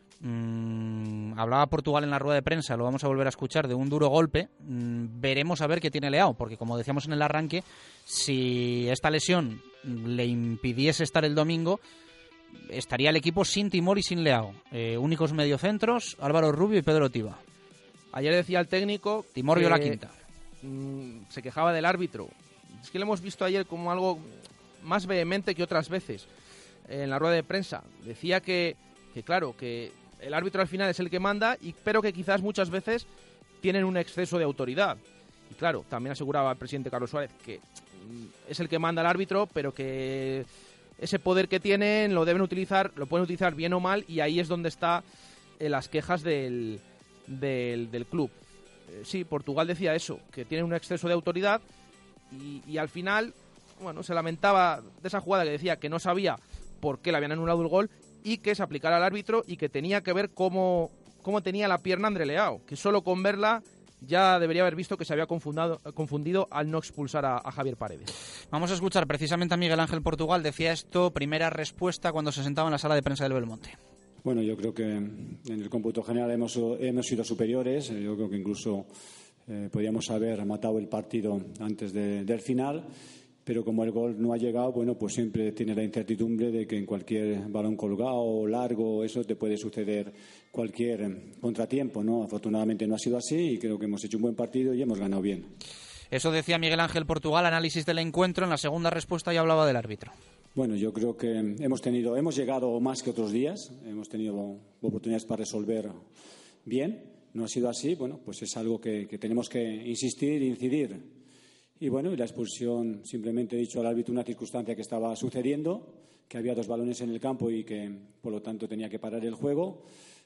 Mm, hablaba Portugal en la rueda de prensa, lo vamos a volver a escuchar, de un duro golpe. Mm, veremos a ver qué tiene Leao, porque como decíamos en el arranque, si esta lesión le impidiese estar el domingo, estaría el equipo sin Timor y sin Leao. Eh, únicos mediocentros, Álvaro Rubio y Pedro Tiba. Ayer decía el técnico Timor vio la quinta. mmm, se quejaba del árbitro. Es que lo hemos visto ayer como algo más vehemente que otras veces en la rueda de prensa. Decía que, que claro, que el árbitro al final es el que manda, y, pero que quizás muchas veces tienen un exceso de autoridad. Y claro, también aseguraba el presidente Carlos Suárez que mmm, es el que manda el árbitro, pero que ese poder que tienen lo deben utilizar, lo pueden utilizar bien o mal, y ahí es donde está eh, las quejas del, del, del club. Eh, sí, Portugal decía eso, que tienen un exceso de autoridad, y, y al final, bueno, se lamentaba de esa jugada que decía que no sabía por qué le habían anulado el gol y que se aplicara al árbitro y que tenía que ver cómo, cómo tenía la pierna André Leao, que solo con verla ya debería haber visto que se había confundido, confundido al no expulsar a, a Javier Paredes. Vamos a escuchar precisamente a Miguel Ángel Portugal. Decía esto, primera respuesta cuando se sentaba en la sala de prensa del Belmonte. Bueno, yo creo que en el cómputo general hemos, hemos sido superiores. Yo creo que incluso eh, podíamos haber matado el partido antes de, del final, pero como el gol no ha llegado, bueno, pues siempre tiene la incertidumbre de que en cualquier balón colgado o largo, eso te puede suceder cualquier contratiempo, ¿no? Afortunadamente no ha sido así y creo que hemos hecho un buen partido y hemos ganado bien. Eso decía Miguel Ángel Portugal, análisis del encuentro. En la segunda respuesta ya hablaba del árbitro. Bueno, yo creo que hemos tenido, hemos llegado más que otros días, hemos tenido oportunidades para resolver bien. No ha sido así, bueno, pues es algo que, que tenemos que insistir e incidir. Y bueno, y la expulsión, simplemente he dicho al árbitro una circunstancia que estaba sucediendo, que había dos balones en el campo y que por lo tanto tenía que parar el juego.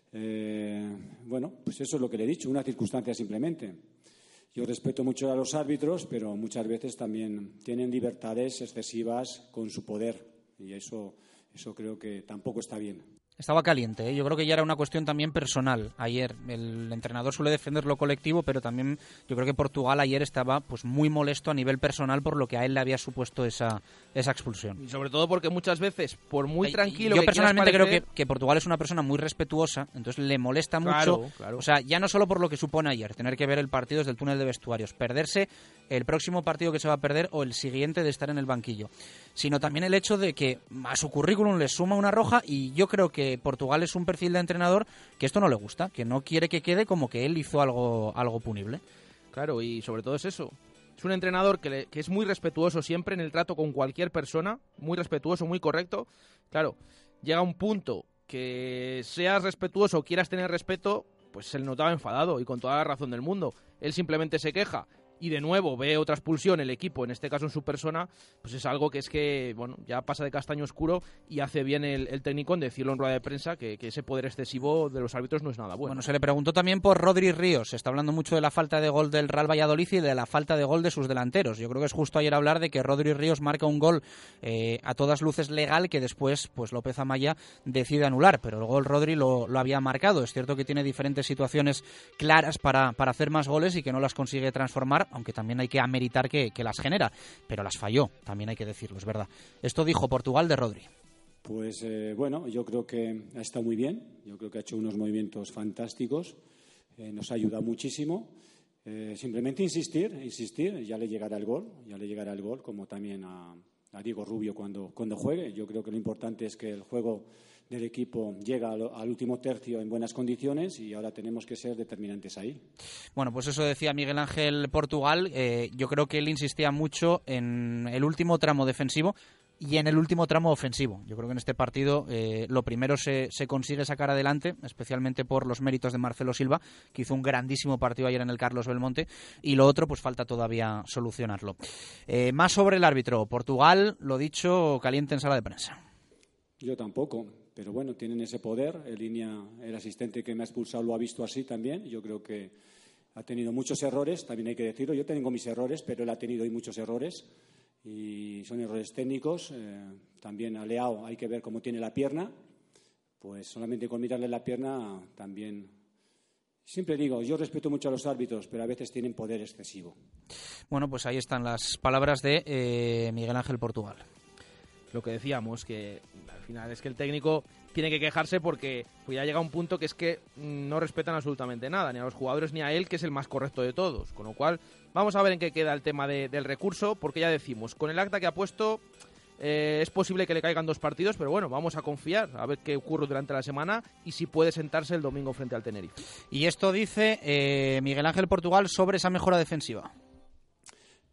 Eh, bueno, pues eso es lo que le he dicho, una circunstancia simplemente. Yo respeto mucho a los árbitros, pero muchas veces también tienen libertades excesivas con su poder y eso, eso creo que tampoco está bien. Estaba caliente, ¿eh? Yo creo que ya era una cuestión también personal. Ayer el entrenador suele defender lo colectivo, pero también yo creo que Portugal ayer estaba pues muy molesto a nivel personal por lo que a él le había supuesto esa, esa expulsión. Y sobre todo porque muchas veces, por muy y, tranquilo yo que personalmente parecer... creo que, que Portugal es una persona muy respetuosa, entonces le molesta claro, mucho. Claro. O sea, ya no solo por lo que supone ayer, tener que ver el partido desde el túnel de vestuarios, perderse el próximo partido que se va a perder o el siguiente de estar en el banquillo, sino también el hecho de que a su currículum le suma una roja, y yo creo que Portugal es un perfil de entrenador que esto no le gusta, que no quiere que quede como que él hizo algo, algo punible. Claro, y sobre todo es eso. Es un entrenador que, le, que es muy respetuoso siempre en el trato con cualquier persona, muy respetuoso, muy correcto. Claro, llega un punto que seas respetuoso o quieras tener respeto, pues se le notaba enfadado y con toda la razón del mundo. Él simplemente se queja y de nuevo ve otra expulsión, el equipo, en este caso en su persona, pues es algo que es que, bueno, ya pasa de castaño oscuro, y hace bien el, el técnico en decirlo en rueda de prensa, que, que ese poder excesivo de los árbitros no es nada bueno. Bueno, se le preguntó también por Rodri Ríos. Se está hablando mucho de la falta de gol del Real Valladolid y de la falta de gol de sus delanteros. Yo creo que es justo ayer hablar de que Rodri Ríos marca un gol eh, a todas luces legal, que después pues López Amaya decide anular, pero el gol Rodri lo, lo había marcado. Es cierto que tiene diferentes situaciones claras para, para hacer más goles y que no las consigue transformar, aunque también hay que ameritar que, que las genera, pero las falló, también hay que decirlo, es verdad. Esto dijo Portugal de Rodri. Pues eh, bueno, yo creo que ha estado muy bien, yo creo que ha hecho unos movimientos fantásticos, eh, nos ha ayudado muchísimo. Eh, simplemente insistir, insistir, ya le llegará el gol, ya le llegará el gol, como también a, a Diego Rubio cuando, cuando juegue. Yo creo que lo importante es que el juego del equipo llega al, al último tercio en buenas condiciones y ahora tenemos que ser determinantes ahí. Bueno, pues eso decía Miguel Ángel Portugal. Eh, yo creo que él insistía mucho en el último tramo defensivo y en el último tramo ofensivo. Yo creo que en este partido eh, lo primero se, se consigue sacar adelante, especialmente por los méritos de Marcelo Silva, que hizo un grandísimo partido ayer en el Carlos Belmonte, y lo otro pues falta todavía solucionarlo. Eh, más sobre el árbitro. Portugal, lo dicho, caliente en sala de prensa. Yo tampoco, pero bueno, tienen ese poder. En línea, el asistente que me ha expulsado lo ha visto así también. Yo creo que ha tenido muchos errores, también hay que decirlo. Yo tengo mis errores, pero él ha tenido hoy muchos errores. Y son errores técnicos. Eh, también a Leao hay que ver cómo tiene la pierna. Pues solamente con mirarle la pierna también. Siempre digo, yo respeto mucho a los árbitros, pero a veces tienen poder excesivo. Bueno, pues ahí están las palabras de eh, Miguel Ángel Portugal. Lo que decíamos, que al final es que el técnico tiene que quejarse porque pues ya llega un punto que es que no respetan absolutamente nada, ni a los jugadores ni a él, que es el más correcto de todos. Con lo cual, vamos a ver en qué queda el tema de, del recurso, porque ya decimos, con el acta que ha puesto eh, es posible que le caigan dos partidos, pero bueno, vamos a confiar, a ver qué ocurre durante la semana y si puede sentarse el domingo frente al Tenerife. Y esto dice eh, Miguel Ángel Portugal sobre esa mejora defensiva.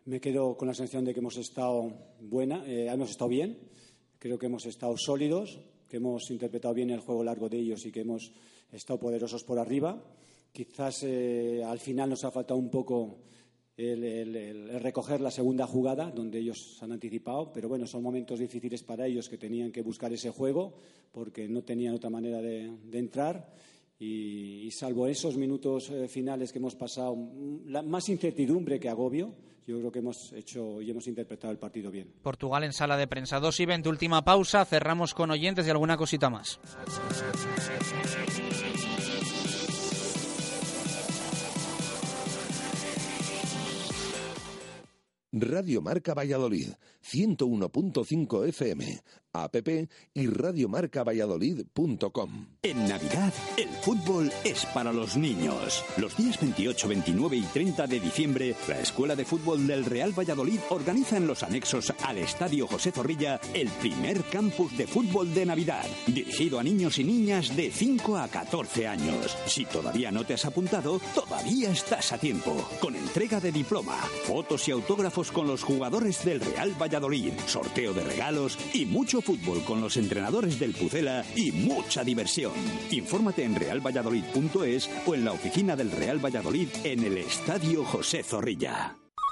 me quedo con la sensación de que hemos estado buena, eh, hemos estado bien, creo que hemos estado sólidos, que hemos interpretado bien el juego largo de ellos y que hemos estado poderosos por arriba. Quizás eh, al final nos ha faltado un poco el, el, el recoger la segunda jugada, donde ellos se han anticipado, pero bueno, son momentos difíciles para ellos que tenían que buscar ese juego porque no tenían otra manera de, de entrar. Y, y salvo esos minutos eh, finales que hemos pasado, la, más incertidumbre que agobio, yo creo que hemos hecho y hemos interpretado el partido bien. Portugal en sala de prensa. dos y veinte, última pausa. Cerramos con oyentes y alguna cosita más. Radio Marca Valladolid, ciento uno punto cinco F M, app y radiomarca valladolid punto com. En Navidad, el fútbol es para los niños. Los días veintiocho, veintinueve y treinta de diciembre, la Escuela de Fútbol del Real Valladolid organiza en los anexos al Estadio José Zorrilla el primer campus de fútbol de Navidad, dirigido a niños y niñas de cinco a catorce años. Si todavía no te has apuntado, todavía estás a tiempo. Con entrega de diploma, fotos y autógrafos con los jugadores del Real Valladolid, sorteo de regalos y mucho fútbol con los entrenadores del Pucela y mucha diversión. Infórmate en real valladolid punto es o en la oficina del Real Valladolid en el Estadio José Zorrilla.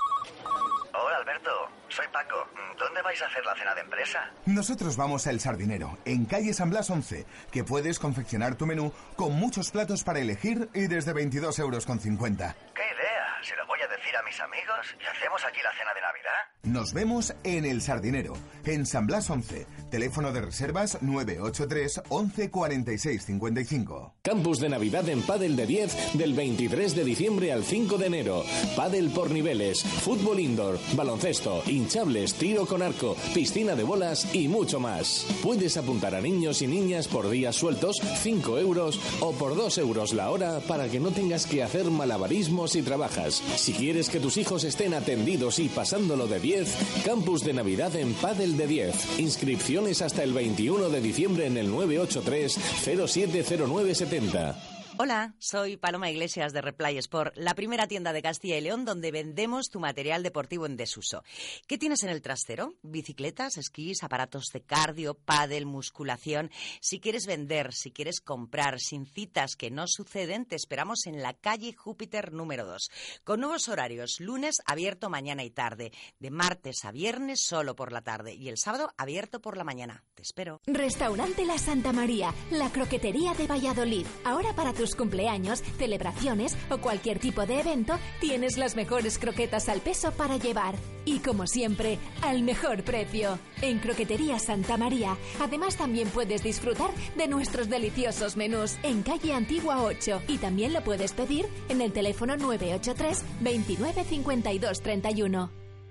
Hola Alberto, soy Paco. ¿Dónde vais a hacer la cena de empresa? Nosotros vamos a El Sardinero, en calle San Blas once, que puedes confeccionar tu menú con muchos platos para elegir y desde veintidós euros con cincuenta. ¡Qué idea! Se lo voy a decir a mis amigos y hacemos aquí la cena de Navidad. Nos vemos en El Sardinero, en San Blas once. Teléfono de reservas nueve ocho tres, once, cuarenta y seis, cincuenta y cinco. Campus de Navidad en Pádel de diez del veintitrés de diciembre al cinco de enero. Pádel por niveles, fútbol indoor, baloncesto, hinchables, tiro con arco, piscina de bolas y mucho más. Puedes apuntar a niños y niñas por días sueltos, cinco euros o por dos euros la hora para que no tengas que hacer malabarismos si trabajas. Si quieres que tus hijos estén atendidos y pasándolo de diez, Campus de Navidad en Pádel de diez. Inscripciones hasta el veintiuno de diciembre en el nueve ocho tres, cero siete cero nueve siete cero. Hola, soy Paloma Iglesias de Replay Sport, la primera tienda de Castilla y León donde vendemos tu material deportivo en desuso. ¿Qué tienes en el trastero? Bicicletas, esquís, aparatos de cardio, pádel, musculación. Si quieres vender, si quieres comprar, sin citas que no suceden, te esperamos en la calle Júpiter número dos. Con nuevos horarios, lunes abierto mañana y tarde, de martes a viernes solo por la tarde y el sábado abierto por la mañana. Te espero. Restaurante La Santa María, la croquetería de Valladolid. Ahora para tus cumpleaños, celebraciones o cualquier tipo de evento, tienes las mejores croquetas al peso para llevar. Y como siempre, al mejor precio. En Croquetería Santa María. Además, también puedes disfrutar de nuestros deliciosos menús en calle Antigua ocho. Y también lo puedes pedir en el teléfono nueve ocho tres, veintinueve, cincuenta y dos, treinta y uno.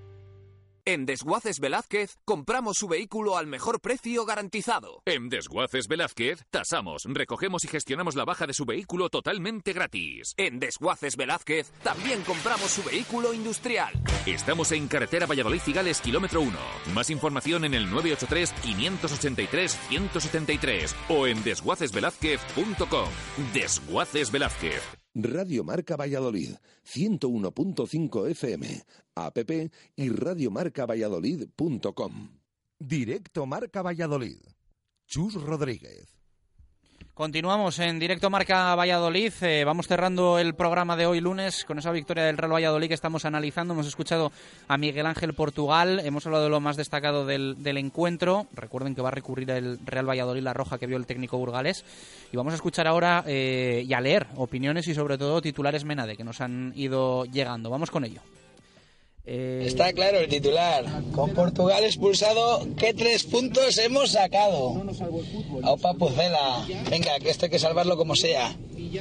En Desguaces Velázquez compramos su vehículo al mejor precio garantizado. En Desguaces Velázquez tasamos, recogemos y gestionamos la baja de su vehículo totalmente gratis. En Desguaces Velázquez también compramos su vehículo industrial. Estamos en carretera Valladolid-Cigales, kilómetro uno. Más información en el nueve ocho tres, quinientos ochenta y tres, ciento setenta y tres o en desguaces velázquez punto com. Desguaces Velázquez. Radio Marca Valladolid, ciento uno punto cinco F M, app y radiomarca valladolid punto com. Directo Marca Valladolid. Chus Rodríguez. Continuamos en Directo Marca Valladolid. Eh, vamos cerrando el programa de hoy lunes con esa victoria del Real Valladolid que estamos analizando. Hemos escuchado a Miguel Ángel Portugal. Hemos hablado de lo más destacado del, del encuentro. Recuerden que va a recurrir el Real Valladolid la roja que vio el técnico burgalés. Y vamos a escuchar ahora eh, y a leer opiniones y sobre todo titulares Menade que nos han ido llegando. Vamos con ello. Eh... Está claro el titular. Con Portugal expulsado, ¿qué tres puntos hemos sacado? Aupa Pucela. Venga, que esto hay que salvarlo como sea.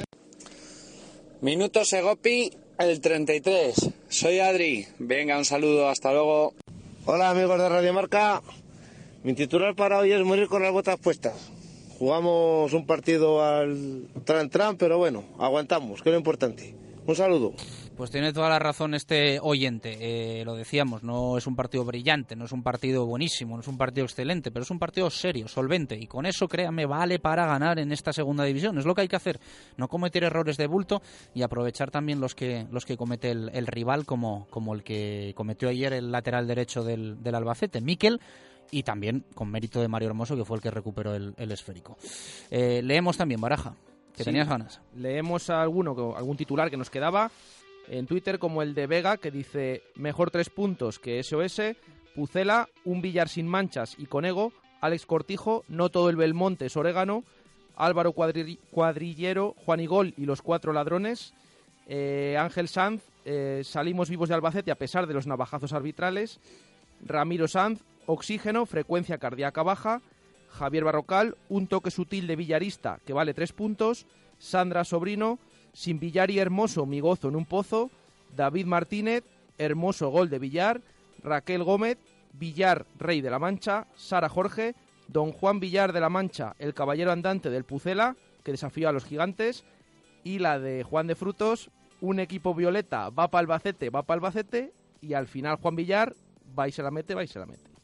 Minuto Segopi, el treinta y tres. Soy Adri. Venga, un saludo, hasta luego. Hola amigos de Radio Marca. Mi titular para hoy es morir con las botas puestas. Jugamos un partido al tran tran, pero bueno, aguantamos, que es lo importante. Un saludo. Pues tiene toda la razón este oyente. Eh, lo decíamos, no es un partido brillante, no es un partido buenísimo, no es un partido excelente, pero es un partido serio, solvente, y con eso, créame, vale para ganar en esta segunda división. Es lo que hay que hacer, no cometer errores de bulto y aprovechar también los que los que comete el, el rival, como, como el que cometió ayer el lateral derecho del, del Albacete, Miquel, y también con mérito de Mario Hermoso, que fue el que recuperó el, el esférico. Eh, leemos también, Baraja, que sí, tenías ganas. Leemos alguno, algún titular que nos quedaba en Twitter, como el de Vega, que dice: mejor tres puntos que S O S, Pucela, un billar sin manchas y con ego, Alex Cortijo, no todo el Belmonte es orégano, Álvaro Cuadri- Cuadrillero, Juan Igol y los cuatro ladrones, eh, Ángel Sanz, eh, salimos vivos de Albacete a pesar de los navajazos arbitrales, Ramiro Sanz, oxígeno, frecuencia cardíaca baja, Javier Barrocal, un toque sutil de billarista que vale tres puntos, Sandra Sobrino, sin billar y Hermoso, mi gozo en un pozo, David Martínez, Hermoso gol de Villar, Raquel Gómez, Villar rey de la Mancha, Sara Jorge, Don Juan Villar de la Mancha, el caballero andante del Pucela, que desafió a los gigantes, y la de Juan de Frutos, un equipo violeta va para Albacete, va para Albacete, y al final Juan Villar va y se la mete, va y se la mete.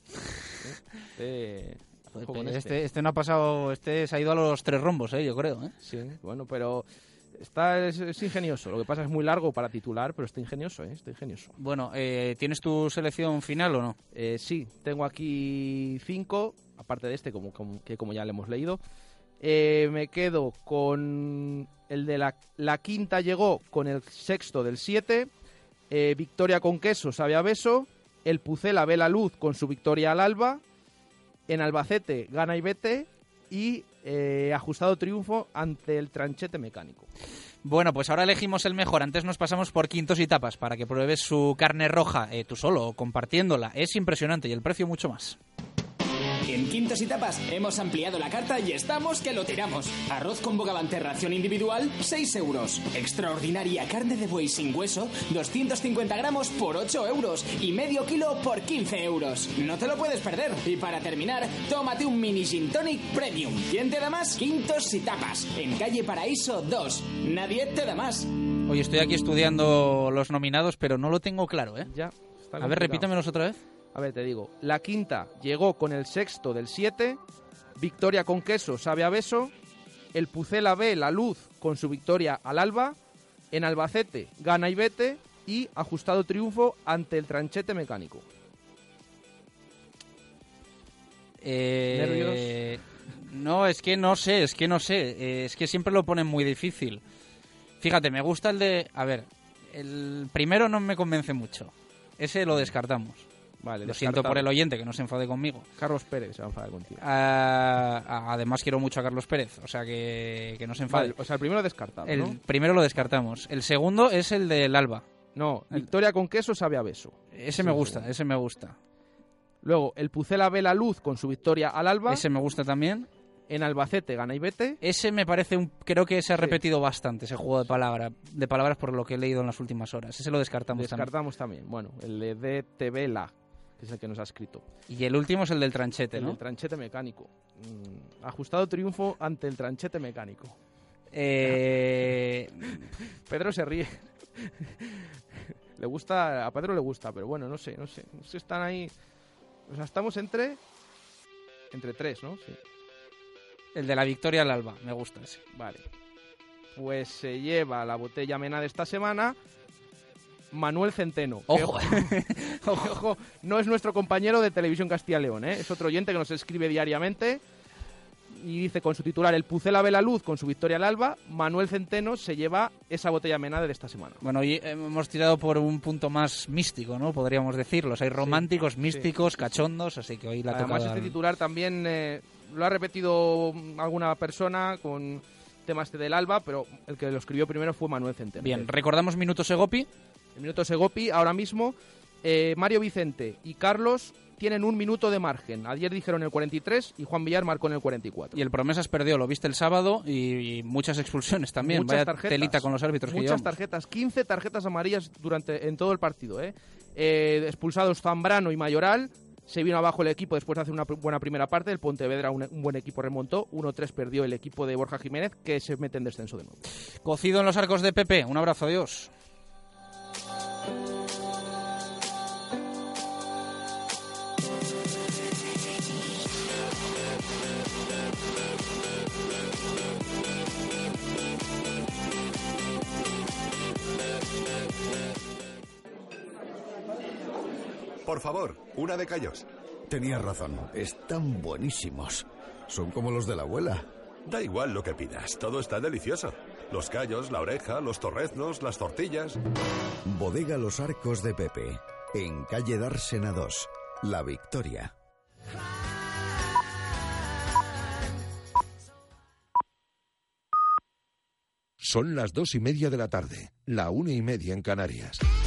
Este, este. Este, este no ha pasado, este se ha ido a los tres rombos, eh, yo creo. ¿eh? Sí, bueno, pero... Está, es, es ingenioso, lo que pasa es muy largo para titular, pero está ingenioso, ¿eh? Está ingenioso. Bueno, eh, ¿tienes tu selección final o no? Eh, sí, tengo aquí cinco, aparte de este, como, como, que como ya le hemos leído. Eh, me quedo con el de la, la quinta, llegó con el sexto del siete, eh, victoria con queso, sabe a beso, el Pucela ve la luz con su victoria al alba, en Albacete gana y vete, y eh, ajustado triunfo ante el Tranchete Mecánico. Bueno, pues ahora elegimos el mejor. Antes nos pasamos por Quintos y Tapas para que pruebes su carne roja, eh, tú solo o compartiéndola. Es impresionante y el precio mucho más. En Quintos y Tapas hemos ampliado la carta y estamos que lo tiramos. Arroz con bogavante ración individual, seis euros. Extraordinaria carne de buey sin hueso, doscientos cincuenta gramos por ocho euros. Y medio kilo por quince euros. No te lo puedes perder. Y para terminar, tómate un mini gin tonic premium. ¿Quién te da más? Quintos y Tapas. En calle Paraíso dos. Nadie te da más. Oye, estoy aquí estudiando los nominados, pero no lo tengo claro, ¿eh? Ya. Está A ver, repítamelos otra vez. A ver, te digo, la quinta llegó con el sexto del siete, victoria con queso, sabe a beso, el Pucela ve la luz con su victoria al alba, en Albacete gana y vete, y ajustado triunfo ante el Tranchete Mecánico. Eh... ¿Nervios? No, es que no sé, es que no sé, eh, es que siempre lo ponen muy difícil. Fíjate, me gusta el de... A ver, el primero no me convence mucho, ese lo descartamos. Vale, lo siento por el oyente, que no se enfade conmigo. Carlos Pérez se va a enfadar contigo. Uh, además quiero mucho a Carlos Pérez, o sea que, que no se enfade. Vale, o sea, el primero descartado, El ¿no? primero lo descartamos. El segundo es el del Alba. No, victoria con queso sabe a beso. Ese sí, me gusta, sí. ese me gusta. Luego, el Pucela ve la luz con su victoria al Alba. Ese me gusta también. En Albacete gana y vete. Ese me parece un... Creo que se ha repetido sí. bastante, ese juego de, palabra, de palabras por lo que he leído en las últimas horas. Ese lo descartamos, descartamos también. Descartamos también. Bueno, el de T V la... que es el que nos ha escrito. Y el último es el del Tranchete, el ¿no? El del Tranchete Mecánico. Mm, ajustado triunfo ante el Tranchete Mecánico. Eh... Pedro se ríe. Le gusta, a Pedro le gusta, pero bueno, no sé, no sé. No sé, están ahí... O sea, estamos entre... Entre tres, ¿no? Sí. El de la victoria al Alba, me gusta ese. Vale. Pues se lleva la botella mena de esta semana... Manuel Centeno. Ojo. Que, ojo, ojo, no es nuestro compañero de Televisión Castilla y León, ¿eh? Es otro oyente que nos escribe diariamente y dice con su titular: el Pucela ve la luz con su victoria al Alba, Manuel Centeno se lleva esa botella menada de esta semana. Bueno, hoy hemos tirado por un punto más místico, ¿no? Podríamos decirlo. Hay románticos, sí, místicos, sí, cachondos, así que hoy la toca. Además, este al... titular también eh, lo ha repetido alguna persona con tema este del Alba, pero el que lo escribió primero fue Manuel Centeno. Bien, recordamos Minuto Segopi. El minuto Segopi, ahora mismo, eh, Mario Vicente y Carlos tienen un minuto de margen. Ayer dijeron el cuarenta y tres y Juan Villar marcó en el cuarenta y cuatro. Y el Promesas perdió, lo viste el sábado, y, y muchas expulsiones también. Muchas Vaya tarjetas, telita con los árbitros. Muchas que llevamos. tarjetas, quince tarjetas amarillas durante en todo el partido. ¿eh? Eh, expulsados Zambrano y Mayoral. Se vino abajo el equipo después de hacer una buena primera parte. El Pontevedra, un, un buen equipo, remontó. uno tres perdió el equipo de Borja Jiménez, que se mete en descenso de nuevo. Cocido en los arcos de Pepe. Un abrazo, adiós. Por favor, una de callos. Tenías razón, están buenísimos. Son como los de la abuela. Da igual lo que pidas, todo está delicioso. Los callos, la oreja, los torreznos, las tortillas. Bodega Los Arcos de Pepe, en calle Dársena dos, La Victoria. Son las dos y media de la tarde, la una y media en Canarias.